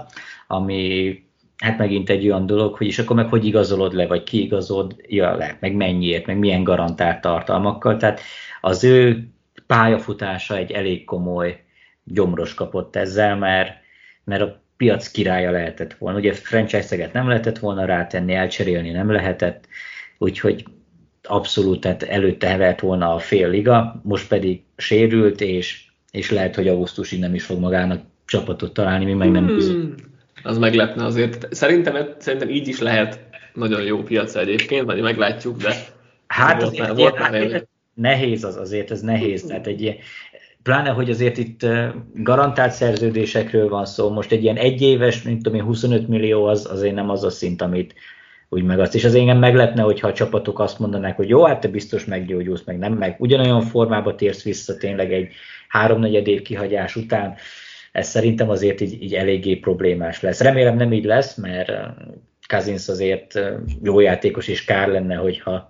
ami hát megint egy olyan dolog, hogy és akkor meg hogy igazolod le, vagy ki igazolja le, meg mennyiért, meg milyen garantált tartalmakkal, tehát az ő pályafutása egy elég komoly gyomros kapott ezzel, mert a piac királya lehetett volna. Ugye franchise-eget nem lehetett volna rátenni, elcserélni nem lehetett, úgyhogy abszolút, tehát előtte hevert volna a fél liga, most pedig sérült, és lehet, hogy augusztusig nem is fog magának csapatot találni, mi meg nem bizony. Az meglepne azért. Szerintem így is lehet nagyon jó piaca egyébként, vagy meglátjuk, de hát azért nehéz azért, ez nehéz. Tehát egy ilyen, pláne, hogy azért itt garantált szerződésekről van szó, most egy ilyen egyéves, mint tudom én, 25 millió az azért nem az a szint, amit úgy meg azt. És az engem meglepne, hogyha a csapatok azt mondanák, hogy jó, hát te biztos meggyógyulsz, meg nem, meg ugyanolyan formába térsz vissza tényleg egy 3-4 év kihagyás után. Ez szerintem azért így eléggé problémás lesz. Remélem nem így lesz, mert Cousins azért jó játékos, és kár lenne, hogyha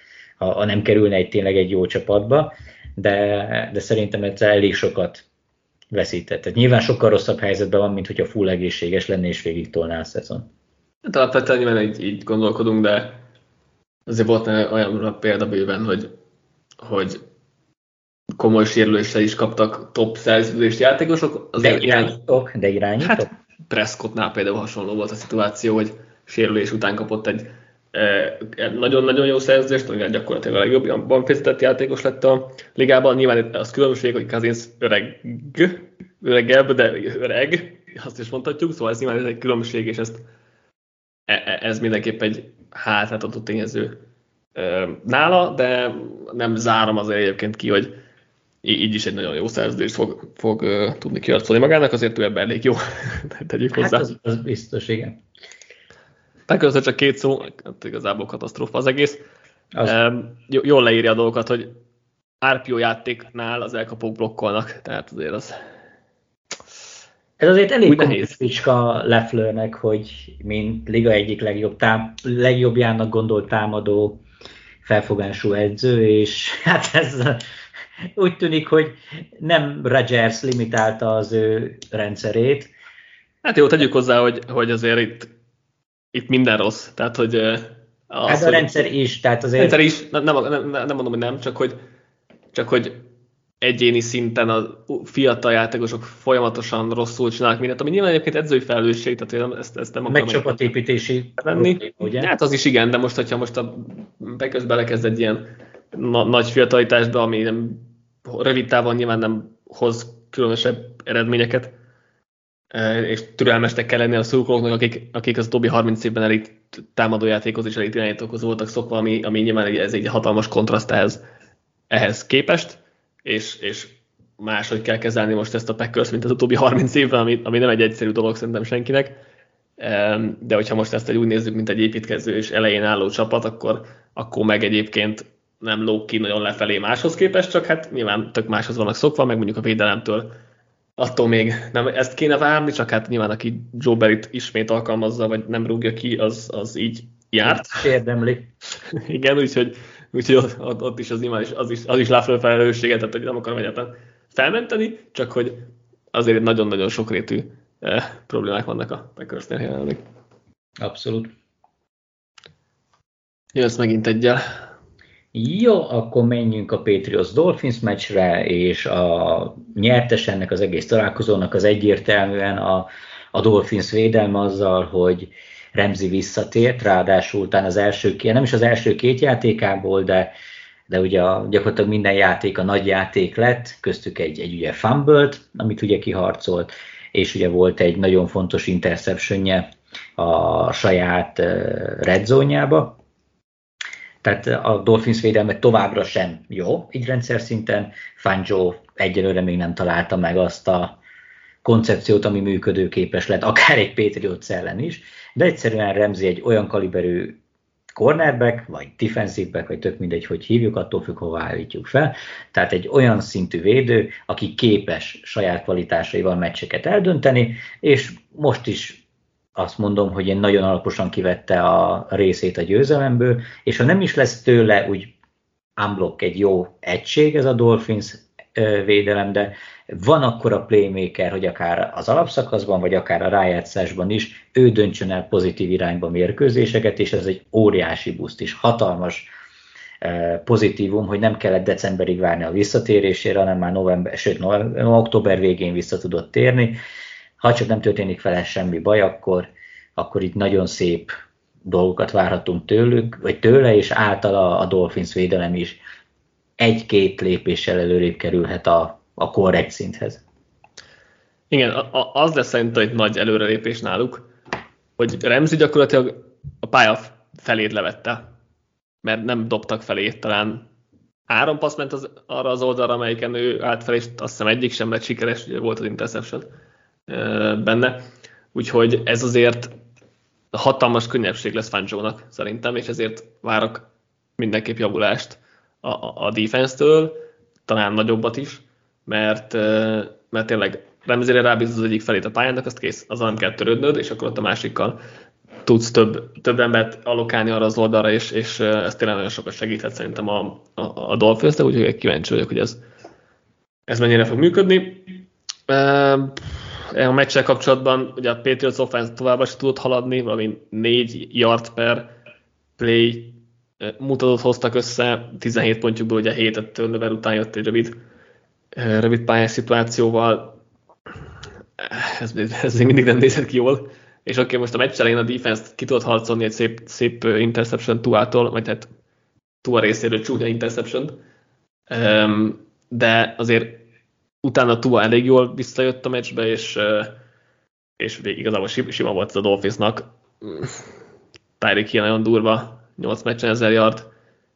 nem kerülne tényleg egy jó csapatba, de szerintem ez elég sokat veszített. Tehát nyilván sokkal rosszabb helyzetben van, mint hogyha full egészséges lenne és végig tolná a szezon. Hát alapvetően nyilván így gondolkodunk, de azért volt olyan példa bőven, hogy komoly sérüléssel is kaptak top szerződést játékosok. De irányítók? Hát Prescottnál például hasonló volt a szituáció, hogy sérülés után kapott egy nagyon-nagyon jó szerződést, amivel gyakorlatilag a legjobban fizetett játékos lett a ligában. Nyilván az különbség, hogy Cousins öregebb, de öreg, azt is mondhatjuk, szóval ez nyilván egy különbség, és ez mindenképp egy hátráltató tényező nála, de nem zárom azért egyébként ki, hogy így is egy nagyon jó szerződést fog tudni kiarcolni magának, azért ő ebben elég jó, tegyük hozzá. Hát az biztos, igen. Közben csak 2 szó, hát igazából katasztrófa az egész. Jól leírja a dolgokat, hogy RPO játéknál az elkapók blokkolnak, tehát azért az... Ez azért elég komoly fricska Lafleurnek, hogy mint liga egyik legjobbjának gondolt támadó felfogású edző, és hát ez úgy tűnik, hogy nem Rodgers limitálta az ő rendszerét. Hát jó, tegyük hozzá, hogy azért itt minden rossz, tehát hogy... Hát a rendszer is, tehát azért... Rendszer is, nem mondom, hogy nem, csak hogy egyéni szinten a fiatal játékosok folyamatosan rosszul csinálnak mindent, ami nyilván egyébként edzői felelősség, tehát ezt nem akarom... Meg csapatépítési lenni. Ugye? Hát az is igen, de hogyha most a Packers belekezd egy ilyen nagy fiatalitásba, ami nem, rövid távon nyilván nem hoz különösebb eredményeket, és türelmesnek kell lenni a szurkolóknak, akik az utóbbi 30 évben elit támadójátékhoz és elit irányítókhoz voltak szokva, ami nyilván ez egy hatalmas kontraszt ehhez képest, és máshogy kell kezelni most ezt a Packers, mint az utóbbi 30 évben, ami nem egy egyszerű dolog szerintem senkinek, de hogyha most ezt úgy nézzük, mint egy építkező és elején álló csapat, akkor meg egyébként nem lóg ki nagyon lefelé máshoz képest, csak hát nyilván tök máshoz vannak szokva, meg mondjuk a védelemtől attól még nem ezt kéne várni, csak hát nyilván aki Joe Barryt ismét alkalmazza, vagy nem rúgja ki, az így járt. Érdemli. Igen, úgyhogy ott is az nyilván az is Lafleur felelősséget, tehát hogy nem akarom egyáltalán felmenteni, csak hogy azért nagyon-nagyon sokrétű problémák vannak a Packersnél jelenleg. Abszolút. Jössz megint egyel. Jó, akkor menjünk a Patriots-Dolphins meccsre, és a nyertes ennek az egész találkozónak az egyértelműen a Dolphins védelme azzal, hogy Ramsey visszatért, ráadásul után nem is az első 2 játékából, de ugye gyakorlatilag minden játék a nagy játék lett, köztük egy ugye fumble-t, amit ugye kiharcolt, és ugye volt egy nagyon fontos interceptionje a saját red zone-jába. Tehát a Dolphins védelme továbbra sem jó, így rendszer szinten. Fangio egyelőre még nem találta meg azt a koncepciót, ami működőképes lett, akár egy Patriots ellen is, de egyszerűen Ramsey egy olyan kaliberű cornerback, vagy defensive back, vagy tök mindegy, hogy hívjuk, attól függ, hova állítjuk fel. Tehát egy olyan szintű védő, aki képes saját kvalitásaival meccseket eldönteni, és most is azt mondom, hogy én nagyon alaposan kivette a részét a győzelemből, és ha nem is lesz tőle úgy unblock egy jó egység ez a Dolphins védelem, de van akkor a playmaker, hogy akár az alapszakaszban, vagy akár a rájátszásban is ő döntsön el pozitív irányba mérkőzéseket, és ez egy óriási boost is, hatalmas pozitívum, hogy nem kellett decemberig várni a visszatérésére, hanem már október végén vissza tudott térni. Ha csak nem történik vele semmi baj, akkor itt nagyon szép dolgokat várhatunk tőle, és általa a Dolphins védelem is 1-2 lépéssel előrébb kerülhet a korrekt szinthez. Igen, az lesz szerintem egy nagy előrelépés náluk, hogy Ramsey gyakorlatilag a pálya felét levette, mert nem dobtak felé, talán 3 passz ment arra az oldalra, amelyiken ő állt fel, és azt hiszem egyik sem lett sikeres, ugye volt az interception benne, úgyhogy ez azért hatalmas könnyebbség lesz Fangio-nak szerintem, és ezért várok mindenképp javulást a defense-től, talán nagyobbat is, mert tényleg Ramsey-re rábízod az egyik felét a pályának, azt kész, azzal nem kell törődnöd, és akkor ott a másikkal tudsz több embert allokálni arra az oldalra, és ez tényleg nagyon sokat segíthet szerintem a Dolphins-nek, úgyhogy kíváncsi vagyok, hogy ez mennyire fog működni. A meccsel kapcsolatban ugye a Patriots offense továbbra sem tudott haladni, valami 4 yard per play mutatót hoztak össze, 17 pontjukból ugye 7 turnover után jött egy rövid pályás szituációval. Ez még mindig nem nézett ki jól. És oké, most a meccs elején a defense ki tudott harcolni egy szép interception Tuától, vagy hát Tua részéről csúnya interception, de azért utána Tua elég jól visszajött a meccsbe, és igazából sima volt ez a Dolphinsnak. Tyreek Hill nagyon durva, 8 meccsen 1000 yard,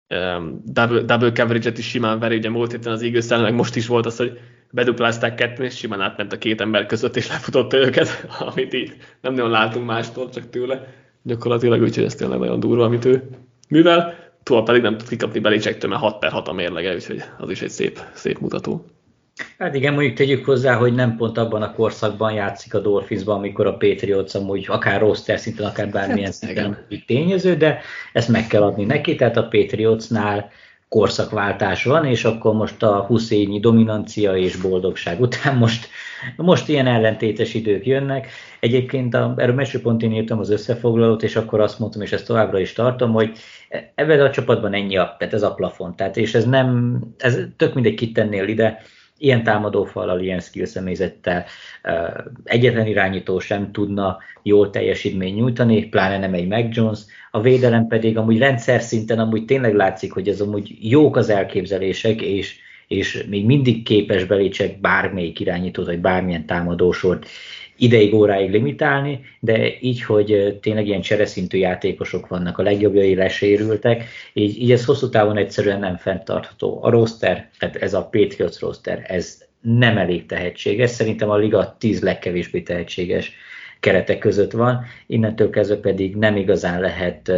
double coverage-et is simán veri, ugye múlt héten az Eagles ellen, meg most is volt az, hogy beduplázták ketten, és simán átment a két ember között, és lefutotta őket, amit így nem nagyon látunk mástól, csak tőle. Gyakorlatilag úgyhogy ez tényleg nagyon durva, amit ő művel. Túl pedig nem tud kikapni Belichicktől, mert 6/6 a mérlege, úgyhogy az is egy szép mutató. Hát igen, mondjuk tegyük hozzá, hogy nem pont abban a korszakban játszik a Dolphinsban, amikor a Patriots amúgy akár roster szinten, akár bármilyen szinten tényező, de ezt meg kell adni neki, tehát a Patriotsnál korszakváltás van, és akkor most a 20 évnyi dominancia és boldogság után most ilyen ellentétes idők jönnek. Egyébként erről meccsőpont én írtam az összefoglalót, és akkor azt mondtam, és ezt továbbra is tartom, hogy ebben a csapatban ennyi tehát ez a plafon. Tehát, és ez tök mindegy, kit tennél ide, ilyen támadófallal, ilyen skill személyzettel egyetlen irányító sem tudna jól teljesítményt nyújtani, pláne nem egy Mac Jones. A védelem pedig amúgy rendszer szinten amúgy tényleg látszik, hogy ez amúgy jók az elképzelések, és még mindig képes Belichick bármelyik irányítót, vagy bármilyen támadósort ideig, óráig limitálni, de így, hogy tényleg ilyen csereszintű játékosok vannak, a legjobbjai lesérültek, így ez hosszú távon egyszerűen nem fenntartható. A roster, tehát ez a Patriots roster, ez nem elég tehetséges, szerintem a liga 10 legkevésbé tehetséges keretek között van, innentől kezdve pedig nem igazán lehet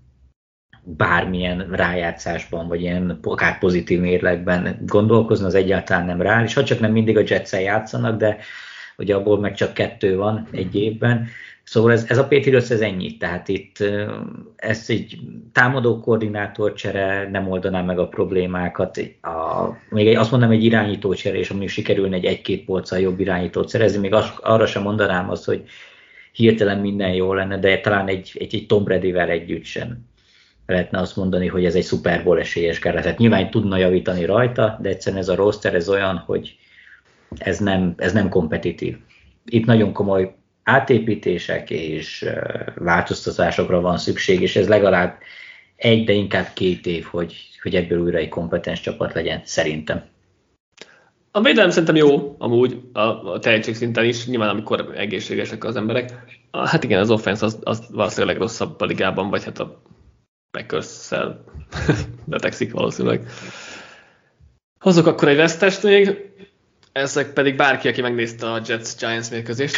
bármilyen rájátszásban, vagy ilyen akár pozitív mérlegben gondolkozni, az egyáltalán nem reális, ha csak nem mindig a Jets-el játszanak, de ugye abból meg csak 2 van egy évben. Szóval ez a Patriots ez ennyi, tehát itt ez egy támadó koordinátorcsere nem oldaná meg a problémákat, még azt mondanám egy irányítócsere, és amíg sikerülne egy-két polccal jobb irányítót szerezni, még arra sem mondanám azt, hogy hirtelen minden jó lenne, de talán egy Tom Bradyvel együtt sem lehetne azt mondani, hogy ez egy Super Bowl esélyes keret. Tehát nyilván tudna javítani rajta, de egyszerűen ez a roster ez olyan, hogy ez nem kompetitív. Itt nagyon komoly átépítések és változtatásokra van szükség, és ez legalább 1, de inkább 2 év, hogy ebből újra egy kompetens csapat legyen, szerintem. A védelem szerintem jó, amúgy a tehetség szinten is, nyilván amikor egészségesek az emberek. Hát igen, az offense az valószínűleg rosszabb a ligában, vagy hát a Packers-szel betegszik valószínűleg. Hozok akkor egy vesztest még, ezek pedig bárki, aki megnézte a Jets-Giants mérkőzést.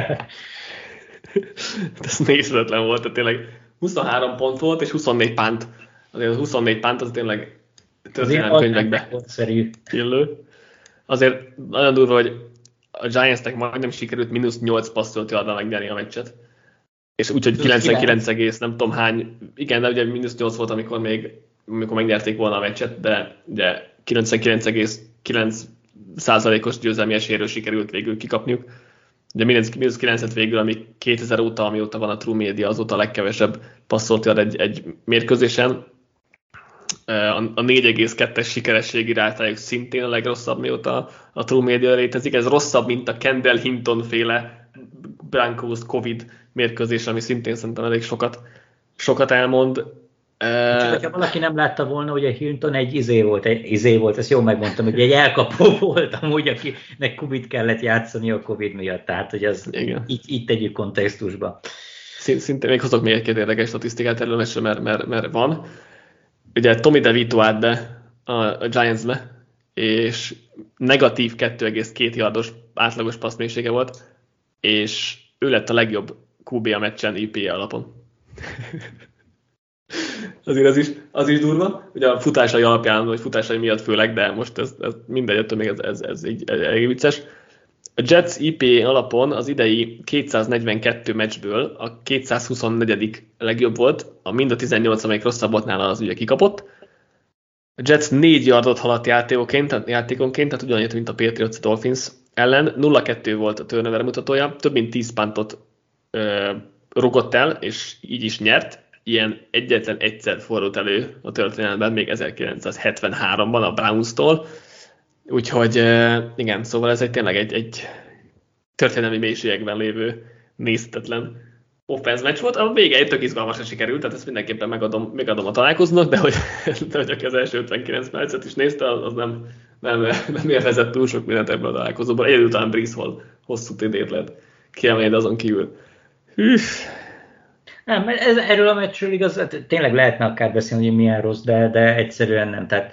Ez nézhetetlen volt, tehát tényleg 23 pont volt, és 24 pánt. Azért az 24 pánt az tényleg történelmi könyvekbe illő. Azért nagyon durva, hogy a Giantsnek majdnem sikerült -8 passzolt yardra megnyerni a meccset. És úgyhogy 99, nem tudom hány, igen, de ugye -8 volt, amikor megnyerték volna a meccset, de ugye 99,9%-os győzelmi esélyről sikerült végül kikapniuk. Ugye -9-et végül, ami 2000 óta, amióta van a True Media, azóta a legkevesebb passzolt yard egy mérkőzésen. A 4,2-es sikerességi rátájuk szintén a legrosszabb, mióta a True Media létezik. Ez rosszabb, mint a Kendall Hinton féle Broncos Covid mérkőzés, ami szintén szerintem elég sokat elmond. Csak hogyha valaki nem látta volna, hogy a Hinton egy izé volt, ezt jól megmondtam, hogy egy elkapó volt amúgy, akinek kubit kellett játszani a Covid miatt, tehát hogy az így tegyük kontextusba. Szintén még hozok még egy-két érdekes statisztikát erről, mert van. Ugye Tommy DeVito állt be a Giantsbe, és negatív 2,2 yardos átlagos passzmélysége volt, és ő lett a legjobb QB a meccsen IPA alapon. Azért az is durva, ugye a futásai alapján, vagy futásai miatt főleg, de most ez mindegy, ettől még ez így elég vicces. A Jets IPA alapon az idei 242 meccsből a 224. legjobb volt, mind a 18, amelyik rosszabb volt nála, az ugye kikapott. A Jets 4 yardot haladt játékonként, tehát ugyanannyit, mint a Patriots Dolphins ellen. 0-2 volt a turnover mutatója, több mint 10 puntot rugott el, és így is nyert. Ilyen egyetlen egyszer fordult elő a történelemben, még 1973-ban a Browns-tól. Úgyhogy igen, szóval ez tényleg egy történelmi mélységekben lévő nézhetetlen offense meccs volt. A vége egy tök izgalmasra sikerült, tehát ezt mindenképpen megadom a találkozónak, de hogy aki az első 59 percet is nézte, az nem élvezett túl sok mindent ebből a találkozóból. Egyedül után Breece Hall hosszú TD-t lehet kiemelni, de azon kívül. Nem, erről a meccsről igaz, tényleg lehetne akár beszélni, hogy milyen rossz, de egyszerűen nem. Tehát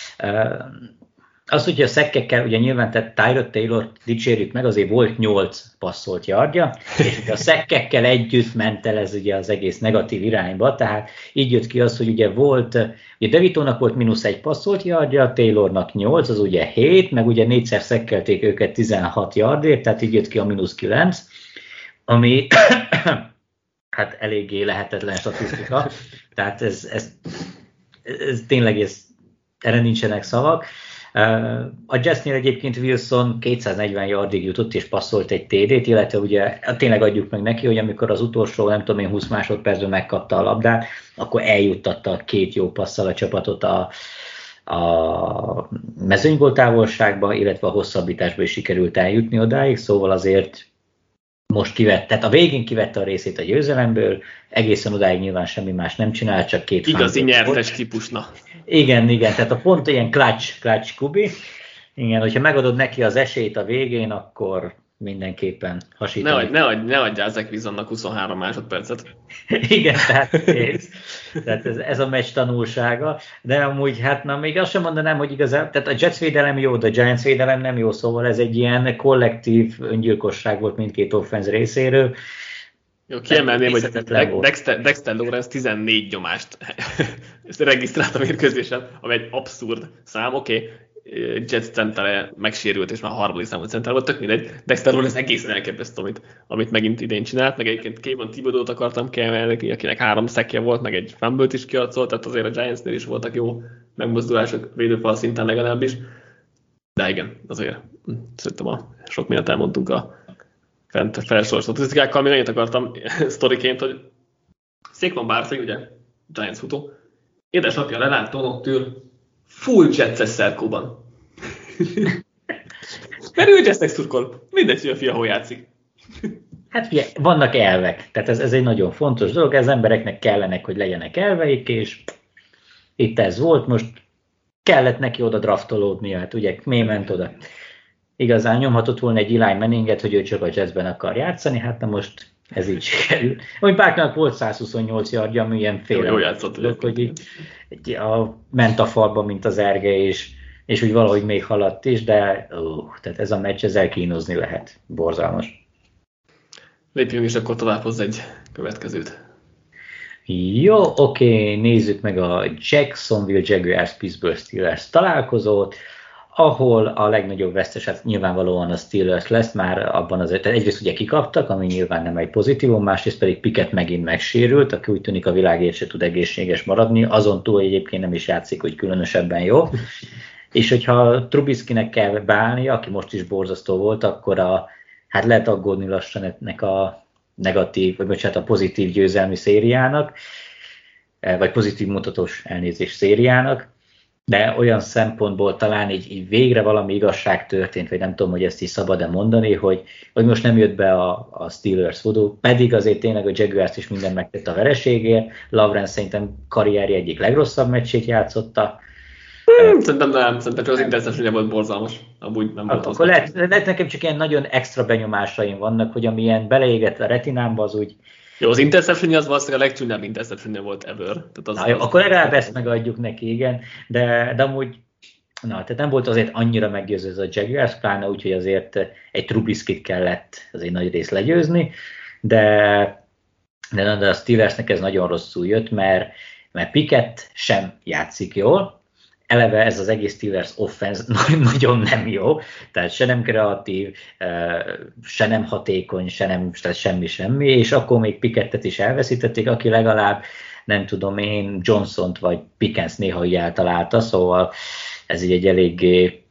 az, hogy a szekkekkel, ugye nyilván tehát Tyrod Taylor dicsérjük meg, azért volt 8 passzolt yardja, és ugye a szekkekkel együtt ment el ez ugye az egész negatív irányba, tehát így jött ki az, hogy ugye volt, ugye DeVitónak volt -1 passzolt yardja, Taylornak 8, az ugye 7, meg ugye 4-szer szekkelték őket 16 yardért, tehát így jött ki a -9, ami hát eléggé lehetetlen statisztika, tehát ez tényleg erre nincsenek szavak. A Jetsnél egyébként Wilson 240 yardig jutott és passzolt egy TD-t, illetve ugye tényleg adjuk meg neki, hogy amikor az utolsó, nem tudom én, 20 másodpercben megkapta a labdát, akkor eljuttatta 2 jó passzal a csapatot a mezőnygól távolságba, illetve a hosszabbításba is sikerült eljutni odáig, szóval azért most kivette, tehát a végén kivette a részét a győzelemből, egészen odáig nyilván semmi más nem csinál, csak 2 igazi nyertes típusna. Igen, tehát a pont ilyen clutch kubi. Igen, hogyha megadod neki az esélyt a végén, akkor mindenképpen hasítani. Ne adjál Zach Wilsonnak 23 másodpercet. Igen, tehát ez a meccs tanulsága, de amúgy hát még azt sem mondanám, hogy igazán, tehát a Jets védelem jó, de a Giants védelem nem jó, szóval ez egy ilyen kollektív öngyilkosság volt mindkét offense részéről. Jó, kiemelném, hogy Dexter Lawrence 14 nyomást regisztrált a mérkőzésen, ami egy abszurd szám, oké. Jets centere megsérült, és már a harmadik számú center volt, tök mindegy. Dexter Lawrence egészen elképesztő, amit megint idén csinált, meg egyébként Kayvon Thibodeau-t akartam kiemelni, akinek 3 sackje volt, meg egy fumble-t is kiarcolt, tehát azért a Giantsnél is voltak jó megmozdulások védőfal szinten legalábbis. De igen, azért szerintem sok mindent elmondtunk a felsorolt statisztikákkal. Még annyit akartam sztoriként, hogy Saquon Barkley, ugye Giants futó, édesapja lelátónoktől full Jets-es szerkóban. Mert ő Jetsnek szurkol. Mindegy, hogy a fia hol játszik. Hát figyelj, vannak elvek. Tehát ez egy nagyon fontos dolog. Az embereknek kellenek, hogy legyenek elveik, és itt ez volt. Most kellett neki oda draftolódnia. Hát ugye miért ment oda? Igazán nyomhatott volna egy Eli Manninget, hogy ő csak a Jetsben akar játszani. Hát na most ez így sikerül. Úgy Barkleynak volt 128 yardja, ami ilyen Jó játszott, hogy így ment a falba, mint az erge, és úgy valahogy még haladt is, de tehát ez a meccs, ezzel kínozni lehet. Borzalmas. Lépjünk is akkor tovább hozzá egy következőt. Jó, oké, nézzük meg a Jacksonville Jaguars Pittsburgh Steelers találkozót, ahol a legnagyobb vesztes, hát nyilvánvalóan a Steelers lesz, már abban az egyrészt ugye kikaptak, ami nyilván nem egy pozitívum, másrészt pedig Pickett megint megsérült, aki úgy tűnik a világért se tud egészséges maradni, azon túl egyébként nem is játszik, hogy különösebben jó. És hogyha Trubiskynek kell beállnia, aki most is borzasztó volt, akkor hát lehet aggódni lassan ennek a negatív, vagy bocsánat, a pozitív győzelmi szériának, vagy pozitív mutatós elnézés szériának, de olyan szempontból talán így végre valami igazság történt, vagy nem tudom, hogy ezt is szabad-e mondani, hogy most nem jött be a Steelers voodoo, pedig azért tényleg a Jaguars is minden megtett a vereségért, Lawrence szerintem karrierje egyik legrosszabb meccsét játszotta. Szerintem csak az interception volt borzalmas, amúgy nem volt. Akkor lehet nekem csak ilyen nagyon extra benyomásaim vannak, hogy ami ilyen beleégett a retinámba, az úgy... Jó, az interception az valószínűleg a legcsúnyább interception volt ever. Tehát jó, akkor legalább ezt megadjuk neki, igen, de amúgy, tehát nem volt azért annyira meggyőző ez a Jaguars, pláne úgyhogy azért egy Trubiskit kellett azért nagy részt legyőzni, de a Steelersnek ez nagyon rosszul jött, mert Pickett sem játszik jól, eleve ez az egész Steelers offense nagyon nem jó, tehát se nem kreatív, se nem hatékony, tehát semmi, és akkor még Pickettet is elveszítették, aki legalább, nem tudom én, Johnsont vagy Pickens néha így eltalálta, szóval ez így egy eléggé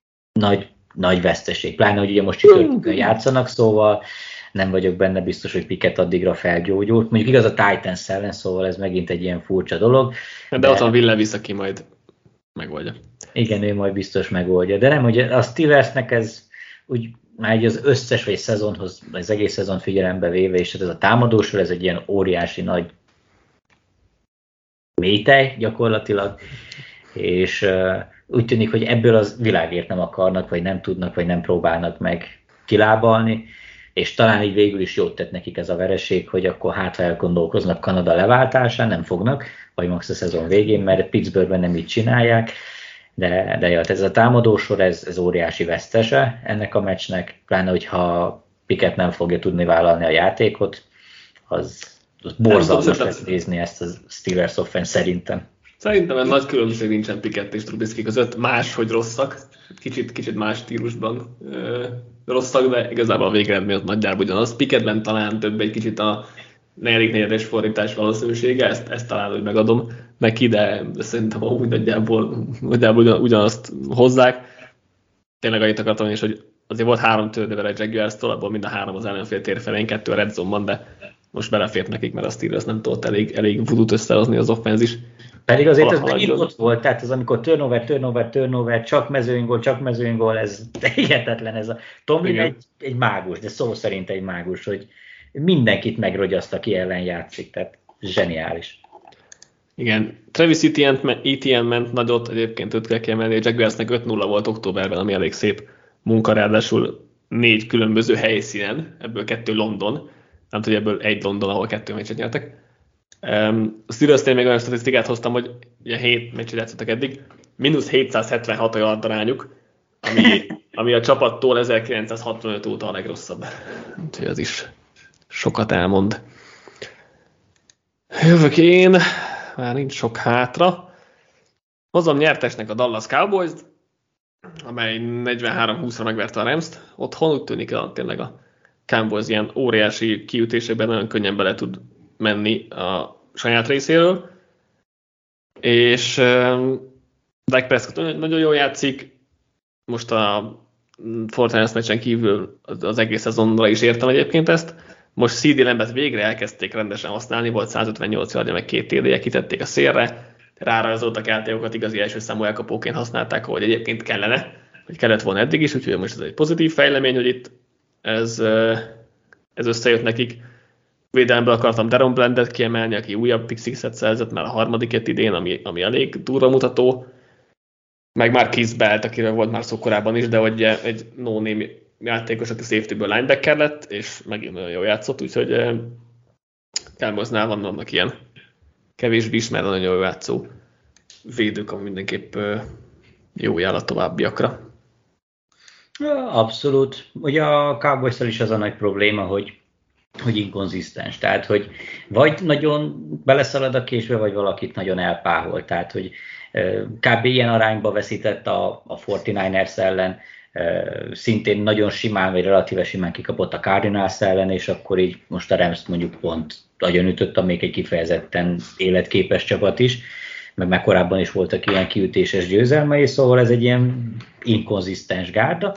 nagy veszteség. Pláne, hogy ugye most csütörtökön játszanak, szóval nem vagyok benne biztos, hogy Pickett addigra felgyógyult. Mondjuk igaz a Titans ellen, szóval ez megint egy ilyen furcsa dolog. De ott van Will Levis, aki majd megoldja. Igen, ő majd biztos megoldja. De nem, hogy a Steelersnek ez úgy már az összes vagy szezonhoz, az egész szezon figyelembe véve, és ez a támadósor, ez egy ilyen óriási nagy métej gyakorlatilag, és úgy tűnik, hogy ebből az világért nem akarnak, vagy nem tudnak, vagy nem próbálnak meg kilábalni. és talán így végül is jót tett nekik ez a vereség, hogy akkor hát ha elgondolkoznak Kanada leváltásán, nem fognak, vagy max a szezon végén, mert Pittsburghben nem így csinálják, de ja, ez a támadósor, ez óriási vesztese ennek a meccsnek, pláne hogyha Pickett nem fogja tudni vállalni a játékot, az borzalmas lesz nézni ezt a Steelers offense szerintem. Szerintem egy nagy különbség nincsen Pickett és Trubisky között, máshogy rosszak, kicsit más stílusban rosszak, de igazából a végeredmény az nagyjából ugyanaz. Pickettben talán több egy kicsit a negyedik fordítás valószínűsége, ezt talán hogy megadom neki, de szerintem úgy nagyjából ugyanazt hozzák. Tényleg annyit akartam is, hogy azért volt 3 turnover egy Jaguars-tól, abból mind a 3 az ellenfél tér felén, 2 a red zone-ban, de most belefért nekik, mert a Steelers nem tudott elég vudut összehozni az offense is. Pedig azért ez megint ott volt, tehát az amikor turnover, csak mezőnygól, ez hihetetlen. Ez a Tomlin egy mágus, de szó szerint egy mágus, hogy mindenkit megrogyaszt, aki ellen játszik, tehát zseniális. Igen, Travis Etienne ment nagyot, egyébként őt kell kiemelni, a Jaguarsnek 5-0 volt októberben, ami elég szép munka, ráadásul 4 különböző helyszínen, ebből 2 London, nem tudja, ebből 1 London, ahol 2 meccset nyertek. A Steelersnél még olyan statisztikát hoztam, hogy ugye 7 meccset játszottak eddig, mínusz 776 a yard arányuk, ami a csapattól 1965 óta a legrosszabb. Úgyhogy ez is sokat elmond. Jövök én, már nincs sok hátra. Hozom nyertesnek a Dallas Cowboys-t, amely 43-20-ra megverte a Rams-t. Otthon úgy tűnik, tényleg a Cowboys ilyen óriási kiütésében nagyon könnyen bele tud menni a saját részéről. És Dak Prescott nagyon jól játszik. Most a Fortnite meccsen kívül az egész szezonra is értem egyébként ezt. Most CD Lambet végre elkezdték rendesen használni, volt 158 yardja, meg 2 TD-je, kitették a szélre, rárajzoltak játékokat, igazi első számú elkapóként használták, ahogy egyébként kellett volna eddig is, úgyhogy most ez egy pozitív fejlemény, hogy itt ez összejött nekik. Védelemből akartam Deron Blandet kiemelni, aki újabb pick sixet szerzett már a harmadiket idén, ami elég durva mutató. Meg már Keith Belt, akiről volt már szó korábban is, de hogy egy no-name játékos, aki safetyből linebacker lett, és megint nagyon jól játszott, úgyhogy Cowboysnál vannak ilyen kevésbé ismert, nagyon jól játszó védők, ami mindenképp jó jel a továbbiakra. Abszolút. Ugye a Cowboys-szal is az a nagy probléma, hogy inkonzisztens. Tehát, hogy vagy nagyon beleszalad a késbe, vagy valakit nagyon elpáhol. Tehát, hogy kb. Ilyen arányba veszített a 49ers ellen, szintén nagyon simán, vagy relatíve simán kikapott a Cardinals ellen, és akkor így most a Rams mondjuk pont agyonütött, még egy kifejezetten életképes csapat is, meg korábban is voltak ilyen kiütéses győzelmei, szóval ez egy ilyen inkonzisztens gárda,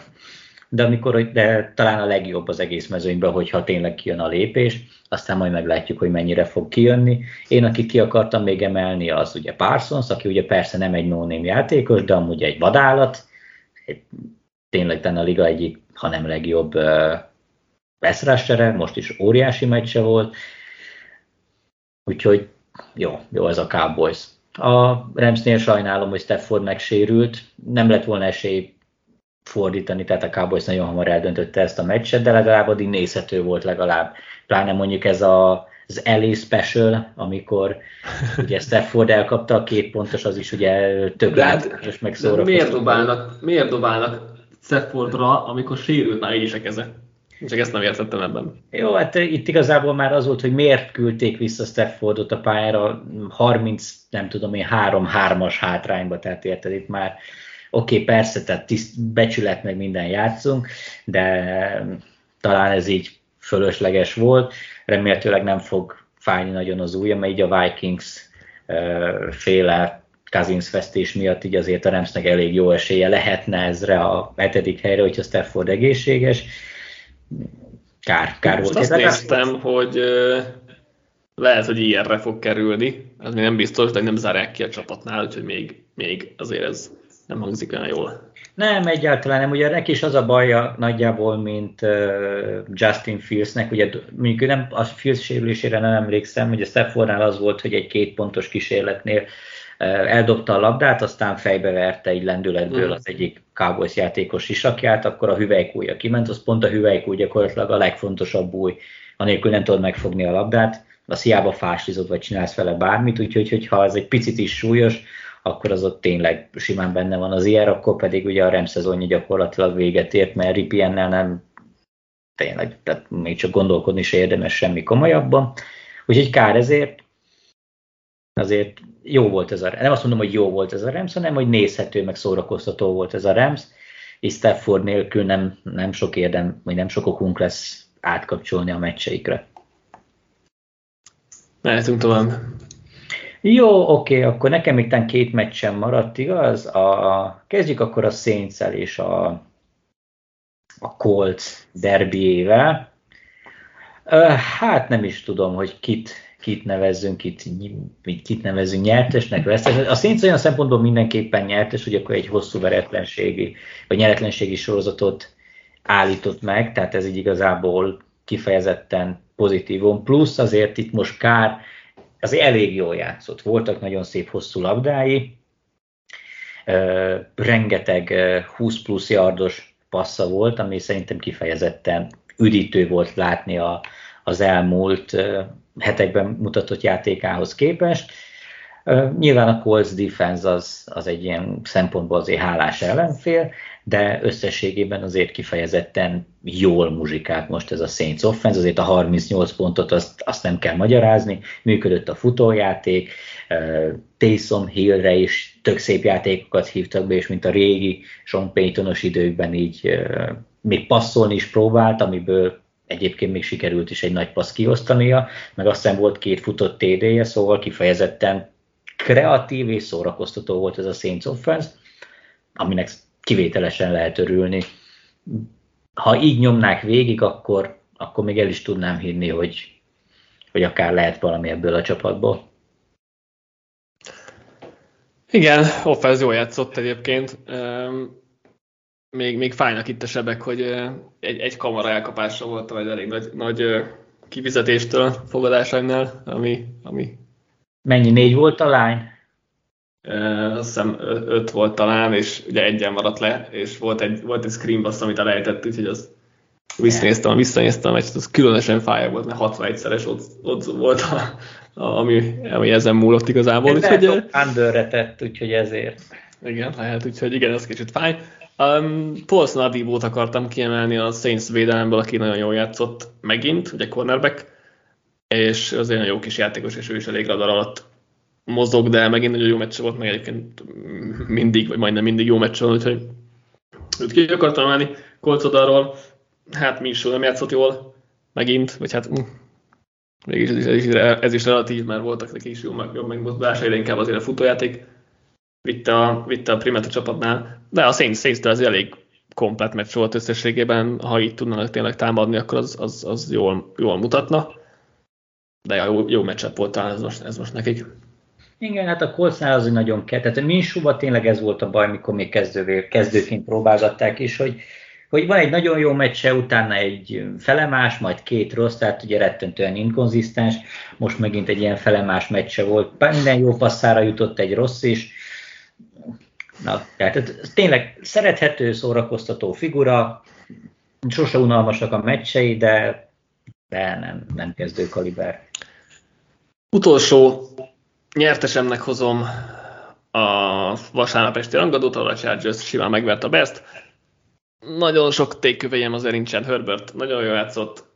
de talán a legjobb az egész mezőnyben, hogyha tényleg kijön a lépés, aztán majd meglátjuk, hogy mennyire fog kijönni. Én, akit ki akartam még emelni, az ugye Parsons, aki ugye persze nem egy no-name játékos, de amúgy egy vadállat, tényleg a liga egyik, ha nem legjobb pass rushere, most is óriási meccse volt, úgyhogy jó ez a Cowboys. A Ramsnél sajnálom, hogy Stafford megsérült, nem lett volna esély fordítani, tehát a Cowboys nagyon hamar eldöntötte ezt a meccset, de legalább addig nézhető volt legalább. Pláne mondjuk ez az LA Special, amikor ugye Stafford elkapta a 2 pontos, az is ugye tök látványos megszórakoztató. Miért dobálnak Staffordra, amikor sérült már így is a keze? Csak ezt nem értettem ebben. Jó, hát itt igazából már az volt, hogy miért küldték vissza Staffordot a pályára 3-3-as hátrányba, tehát érted, itt már oké, persze, tehát becsület meg minden játszunk, de talán ez így fölösleges volt, remélhetőleg nem fog fájni nagyon az ujja, mert így a Vikings féle Cousins vesztés miatt így azért a Ramsnek elég jó esélye lehetne ezre a 7. helyre, hogyha Stafford egészséges. Kár volt. Azt néztem, hogy lehet, hogy ilyenre fog kerülni, ez még nem biztos, de nem zárják ki a csapatnál, úgyhogy még azért ez nem hangzik olyan jól. Nem, egyáltalán nem. Ugye neki is az a baja nagyjából, mint Justin Fieldsnek. Ugye mondjuk nem a Fields sérülésére nem emlékszem, hogy a Staffordnál az volt, hogy egy 2 pontos kísérletnél eldobta a labdát, aztán fejbe verte egy lendületből az egyik Cowboys játékos sisakját, akkor a hüvelykújja kiment, az pont a hüvelykúj gyakorlatilag a legfontosabb új, anélkül nem tudod megfogni a labdát, az hiába fáslizod, vagy csinálsz vele bármit, úgyhogy ha ez egy picit is súlyos, akkor az ott tényleg simán benne van az ilyen, akkor pedig ugye a Rams szezonja gyakorlatilag véget ért, mert Rypiennel nem tényleg, tehát még csak gondolkodni se érdemes semmi komolyabban. Úgyhogy kár ezért, azért jó volt ez a Rams. Nem azt mondom, hogy jó volt ez a Rams, hanem hogy nézhető, meg szórakoztató volt ez a Rams, és Stafford nélkül nem sok érdem, vagy nem sok okunk lesz átkapcsolni a meccseikre. Mehetünk tovább. Jó, oké, akkor nekem még 2 meccsen maradt, igaz? Kezdjük akkor a Saints-el és a Colts derbiével. Hát nem is tudom, hogy kit nevezzünk nyertesnek, vesztesnek. A Saints olyan szempontból mindenképpen nyertes, hogy akkor egy hosszú veretlenségi, vagy nyeretlenségi sorozatot állított meg, tehát ez így igazából kifejezetten pozitívum. Plusz azért itt most Kár azért elég jól játszott. Voltak nagyon szép hosszú labdái, rengeteg 20 plusz yardos passza volt, ami szerintem kifejezetten üdítő volt látni az elmúlt hetekben mutatott játékához képest. Nyilván a Colts defense az egy ilyen szempontból azért hálás ellenfél, de összességében azért kifejezetten jól muzsikált most ez a Saints offense, azért a 38 pontot azt nem kell magyarázni, működött a futójáték, Taysom Hillre is tök szép játékokat hívtak be, és mint a régi Sean Paytonos időkben így még passzolni is próbált, amiből egyébként még sikerült is egy nagy passz kiosztania, meg aztán volt 2 futott TD-je, szóval kifejezetten kreatív és szórakoztató volt ez a Saints offense, aminek kivételesen lehet örülni. Ha így nyomnák végig, akkor még el is tudnám hinni, hogy akár lehet valami ebből a csapatból. Igen, offense jól játszott egyébként. Még fájnak itt a sebek, hogy egy kamara elkapásra volt egy elég nagy kifizetéstől fogadásainál, ami... Mennyi, 4 volt a line? Azt hiszem 5 volt talán, és ugye egyen maradt le, és volt egy screen pass, amit elejtett, úgyhogy az visszanéztem a meccset, az különösen fájó volt, mert 61-szeres odds volt, ami ezen múlott igazából. Úgyhogy underre tett, úgyhogy ezért. Igen, lehet, úgyhogy igen, ez kicsit fáj. Paulson Adibót akartam kiemelni a Saints védelemből, aki nagyon jól játszott megint, ugye cornerback, és azért nagyon jó kis játékos, és ő is elég radar alatt mozog, de megint nagyon jó meccs volt, meg egyébként mindig, vagy majdnem mindig jó meccs van, úgyhogy őt ki akartam emelni. Colts oldalról, hát Minshew nem játszott jól, megint, vagy hát mégis ez is relatív, mert voltak neki is jobb megmozdulásai, de inkább azért a futójáték vitte a Primet a csapatnál, de a Saints-től az elég komplett meccs volt összességében, ha így tudnának tényleg támadni, akkor az jól mutatna, de jó meccs volt talán ez most nekik. Igen, hát a Coltsnál az nagyon kell. Tehát a Minshewban tényleg ez volt a baj, mikor még kezdőként próbálgatták is, hogy van egy nagyon jó meccse, utána egy felemás, majd 2 rossz, tehát ugye rettentően inkonzisztens, most megint egy ilyen felemás meccse volt, minden jó passzára jutott egy rossz is. Na, tehát tényleg szerethető, szórakoztató figura, sose unalmasak a meccsei, de nem kezdő kaliber. Utolsó nyertesemnek hozom a vasárnap esti rangadót, ahol a Chargers simán megvert a Bears-t. Nagyon sok tékkövejem azért nincsen, Herbert nagyon jól játszott.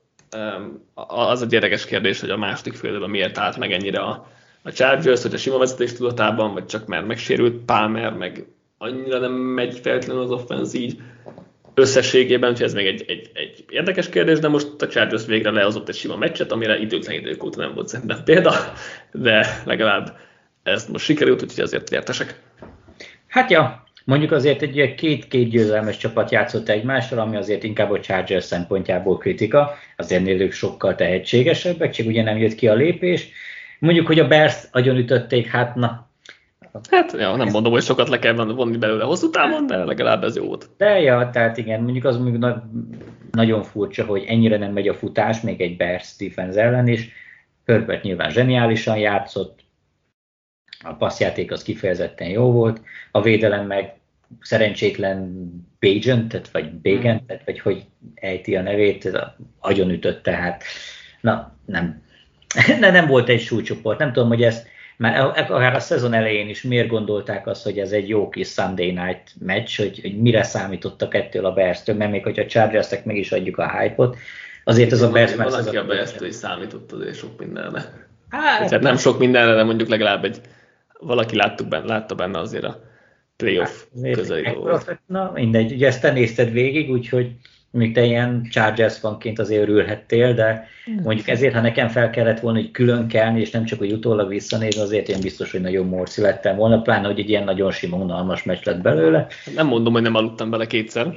Az egy érdekes kérdés, hogy a második félidőben miért állt meg ennyire a Chargers, hogy a sima vezetés tudatában, vagy csak mert megsérült Palmer, meg annyira nem megy feltétlenül az offense így összességében, úgyhogy ez még egy érdekes kérdés, de most a Chargers végre lehozott egy sima meccset, amire időtlen idők óta nem volt szerintem példa, de legalább ezt most sikerült, úgyhogy azért nyertesek. Hát ja, mondjuk azért egy két győzelmes csapat játszott egymással, ami azért inkább a Chargers szempontjából kritika, azért nélük sokkal tehetségesebbek, csak ugye nem jött ki a lépés. Mondjuk, hogy a Bears agyonütötték, hát na. Hát ja, nem mondom, hogy sokat le kell vonni belőle hosszú távon, de legalább ez jó volt. De ja, tehát igen, mondjuk az mondjuk nagyon furcsa, hogy ennyire nem megy a futás, még egy Bears defense ellen is. Herbert nyilván zseniálisan játszott, a passzjáték az kifejezetten jó volt, a védelem meg szerencsétlen Bagentet, vagy hogy ejti a nevét, agyon ütötte, hát na, nem. Nem volt egy súlycsoport, nem tudom, hogy ezt már akár a szezon elején is miért gondolták azt, hogy ez egy jó kis Sunday night meccs, hogy mire számítottak ettől a Bears-től, mert még hogyha a Chargersnek meg is adjuk a hype-ot, azért ez a Bears már... Valaki a Bears-től is számított azért sok mindenre. Hát nem sok mindenre, de mondjuk legalább valaki látta benne azért a playoff közeli dolgot. Na mindegy, ugye ezt te nézted végig, úgyhogy még te ilyen Chargers fanként azért örülhettél, de mondjuk ezért, ha nekem fel kellett volna, hogy külön kelni, és nem csak, hogy utólag visszanézni, azért én biztos, hogy nagyon morci lettem volna, pláne, hogy egy ilyen nagyon sima, unalmas meccs lett belőle. Nem mondom, hogy nem aludtam bele kétszer.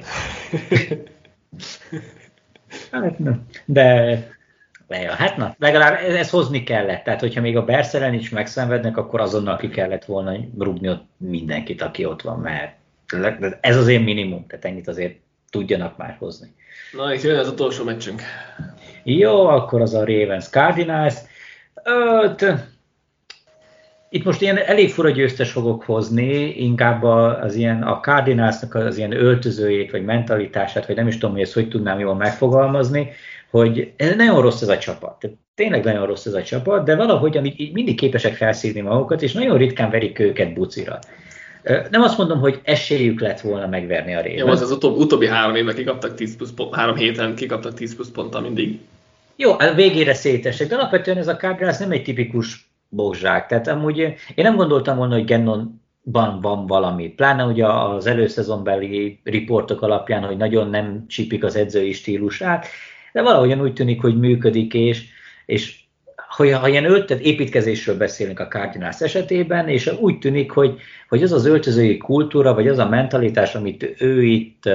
De hát na, legalább ezt hozni kellett. Tehát, hogyha még a Bears ellen is megszenvednek, akkor azonnal ki kellett volna rúgni ott mindenkit, aki ott van, mert ez az én minimum, tehát ennyit azért tudjanak már hozni. Na, és jön az utolsó meccsünk. Jó, akkor az a Ravens Cardinals. Itt most ilyen elég fura győztes fogok hozni, inkább a Cardinalsnak az ilyen öltözőjét, vagy mentalitását, vagy nem is tudom, hogy ezt hogy tudnám jól megfogalmazni, hogy nagyon rossz ez a csapat. Tényleg nagyon rossz ez a csapat, de valahogy mindig képesek felszívni magukat, és nagyon ritkán verik őket bucira. Nem azt mondom, hogy esélyük lett volna megverni a Ravens. Jó, az utóbbi 3 évben kikaptak 10 plusz pont, 3 héten kikaptak 10 plusz ponttal mindig. Jó, a végére szétesek, de alapvetően ez a Cardinals nem egy tipikus bokzsák. Tehát amúgy én nem gondoltam volna, hogy Gannonban van valami. Pláne ugye az előszezonbeli riportok alapján, hogy nagyon nem csípik az edzői stílusát, de valahogyan úgy tűnik, hogy működik, és ha ilyen építkezésről beszélünk a Cardinals esetében, és úgy tűnik, hogy az az öltözői kultúra, vagy az a mentalitás, amit ő itt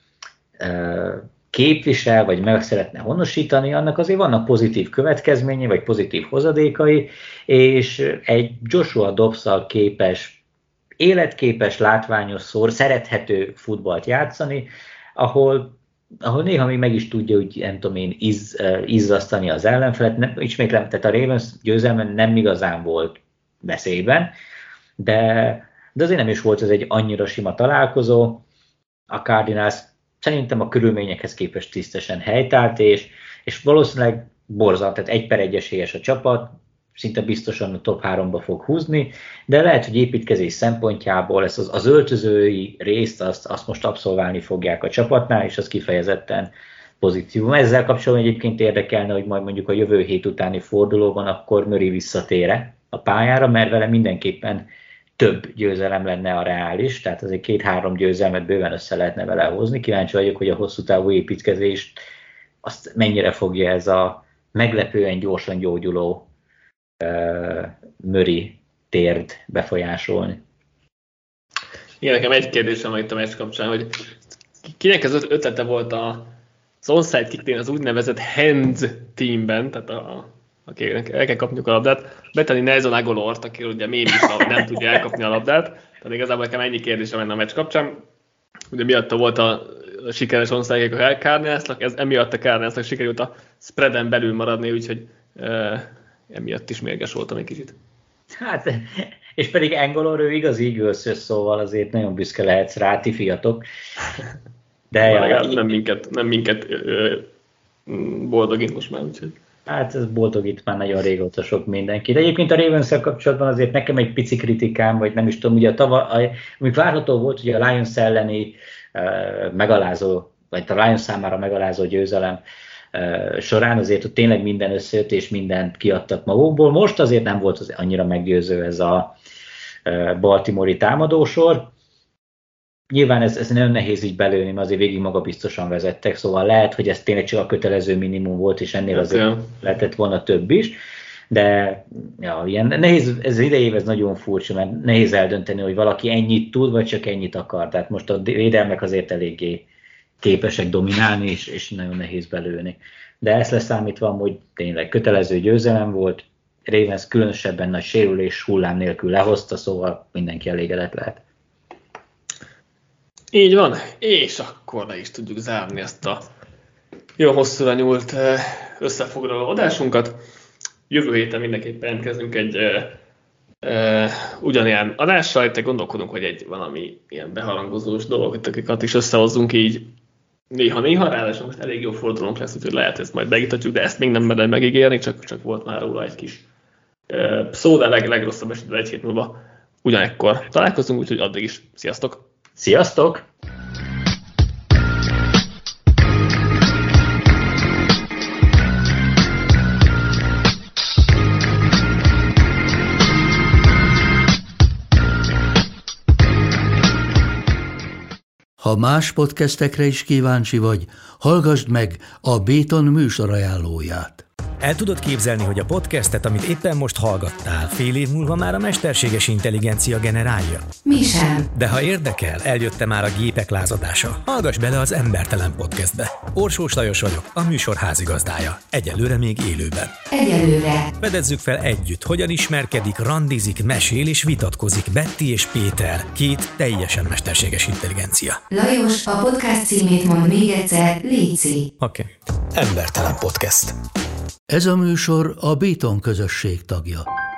képvisel, vagy meg szeretne honosítani, annak azért vannak pozitív következményei, vagy pozitív hozadékai, és egy Joshua Dobbs-szal képes, életképes, látványos, szerethető futballt játszani, ahol néha még meg is tudja, úgy nem tudom én, izzasztani az ellenfelet. Ismétlem, tehát a Ravens győzelme nem igazán volt veszélyben, de azért nem is volt ez egy annyira sima találkozó. A Cardinals szerintem a körülményekhez képest tisztesen helytált, és valószínűleg borzalt, tehát 1-1 esélyes a csapat, szinte biztosan a top 3-ba fog húzni, de lehet, hogy építkezés szempontjából ezt az öltözői részt azt most abszolválni fogják a csapatnál, és az kifejezetten pozitívum. Ezzel kapcsolatban egyébként érdekelne, hogy majd mondjuk a jövő hét utáni fordulóban akkor Murray visszatér a pályára, mert vele mindenképpen több győzelem lenne a reális, tehát azért 2-3 győzelmet bőven össze lehetne vele hozni. Kíváncsi vagyok, hogy a hosszú távú építkezést azt mennyire fogja ez a meglepően gyorsan gyógyuló Murray térd befolyásolni. Igen, nekem egy kérdésem van itt a meccs kapcsán, hogy kinek az ötlete volt az onside kicknél az úgynevezett hands teamben, tehát akinek el kell kapniuk a labdát, betenni Nelson Agholort, aki ugye mém is nem tudja elkapni a labdát. Tehát igazából nekem ennyi kérdésem lenne a meccs kapcsán. Ugye miatta volt a sikeres onside-ek a Cardinalsnak, emiatt a Cardinalsnak sikerült a spreaden belül maradni, úgyhogy emiatt is mérges voltam egy kicsit. Hát, és pedig Agholor, ő igaz Eagles, szóval azért nagyon büszke lehetsz rá, ti fiatok. De nem minket boldogít most már, úgyhogy. Hát ez boldogít már nagyon régóta sok mindenki. De egyébként a Ravens-szel kapcsolatban azért nekem egy pici kritikám, vagy nem is tudom, ugye amik várható volt, ugye a Lions elleni megalázó, vagy a Lions számára megalázó győzelem során azért ott tényleg minden összejött, és mindent kiadtak magukból. Most azért nem volt az annyira meggyőző ez a baltimore-i támadósor. Nyilván ez nagyon nehéz így belőni, mert azért végig magabiztosan vezettek, szóval lehet, hogy ez tényleg csak a kötelező minimum volt, és ennél azért lehetett volna több is. De ja, ilyen nehéz, ez idejév ez nagyon furcsa, mert nehéz eldönteni, hogy valaki ennyit tud, vagy csak ennyit akar. Tehát most a védelmek azért eléggé képesek dominálni, és nagyon nehéz belőni. De ezt leszámítva, hogy tényleg kötelező győzelem volt, Ravens különösebben nagy sérülés hullám nélkül lehozta, szóval mindenki elégedett lehet. Így van, és akkor le is tudjuk zárni ezt a jó hosszúra nyúlt összefoglaló adásunkat. Jövő héten mindenképpen jelentkezünk egy ugyanilyen adással, itt gondolkodunk, hogy egy valami ilyen beharangozós dolgokat is összehozzunk így néha-néha, ráadásul most elég jó fordulónk lesz, úgyhogy lehet ezt majd megítatjuk, de ezt még nem merem megígérni, csak volt már róla egy kis szó, de legrosszabb esetben egy hét múlva ugyanekkor találkozunk, úgyhogy addig is sziasztok! Sziasztok! Ha más podcastekre is kíváncsi vagy, hallgassd meg a Béton műsor ajánlóját. El tudod képzelni, hogy a podcastet, amit éppen most hallgattál, fél év múlva már a mesterséges intelligencia generálja? Mi sem. De ha érdekel, eljött már a gépek lázadása. Hallgass bele az Embertelen Podcastbe. Orsós Lajos vagyok, a műsor házigazdája. Egyelőre még élőben. Egyelőre. Fedezzük fel együtt, hogyan ismerkedik, randizik, mesél és vitatkozik Betty és Péter, két teljesen mesterséges intelligencia. Lajos, a podcast címét mond még egyszer, léci. Oké. Embertelen Podcast. Ez a műsor a Béton közösség tagja.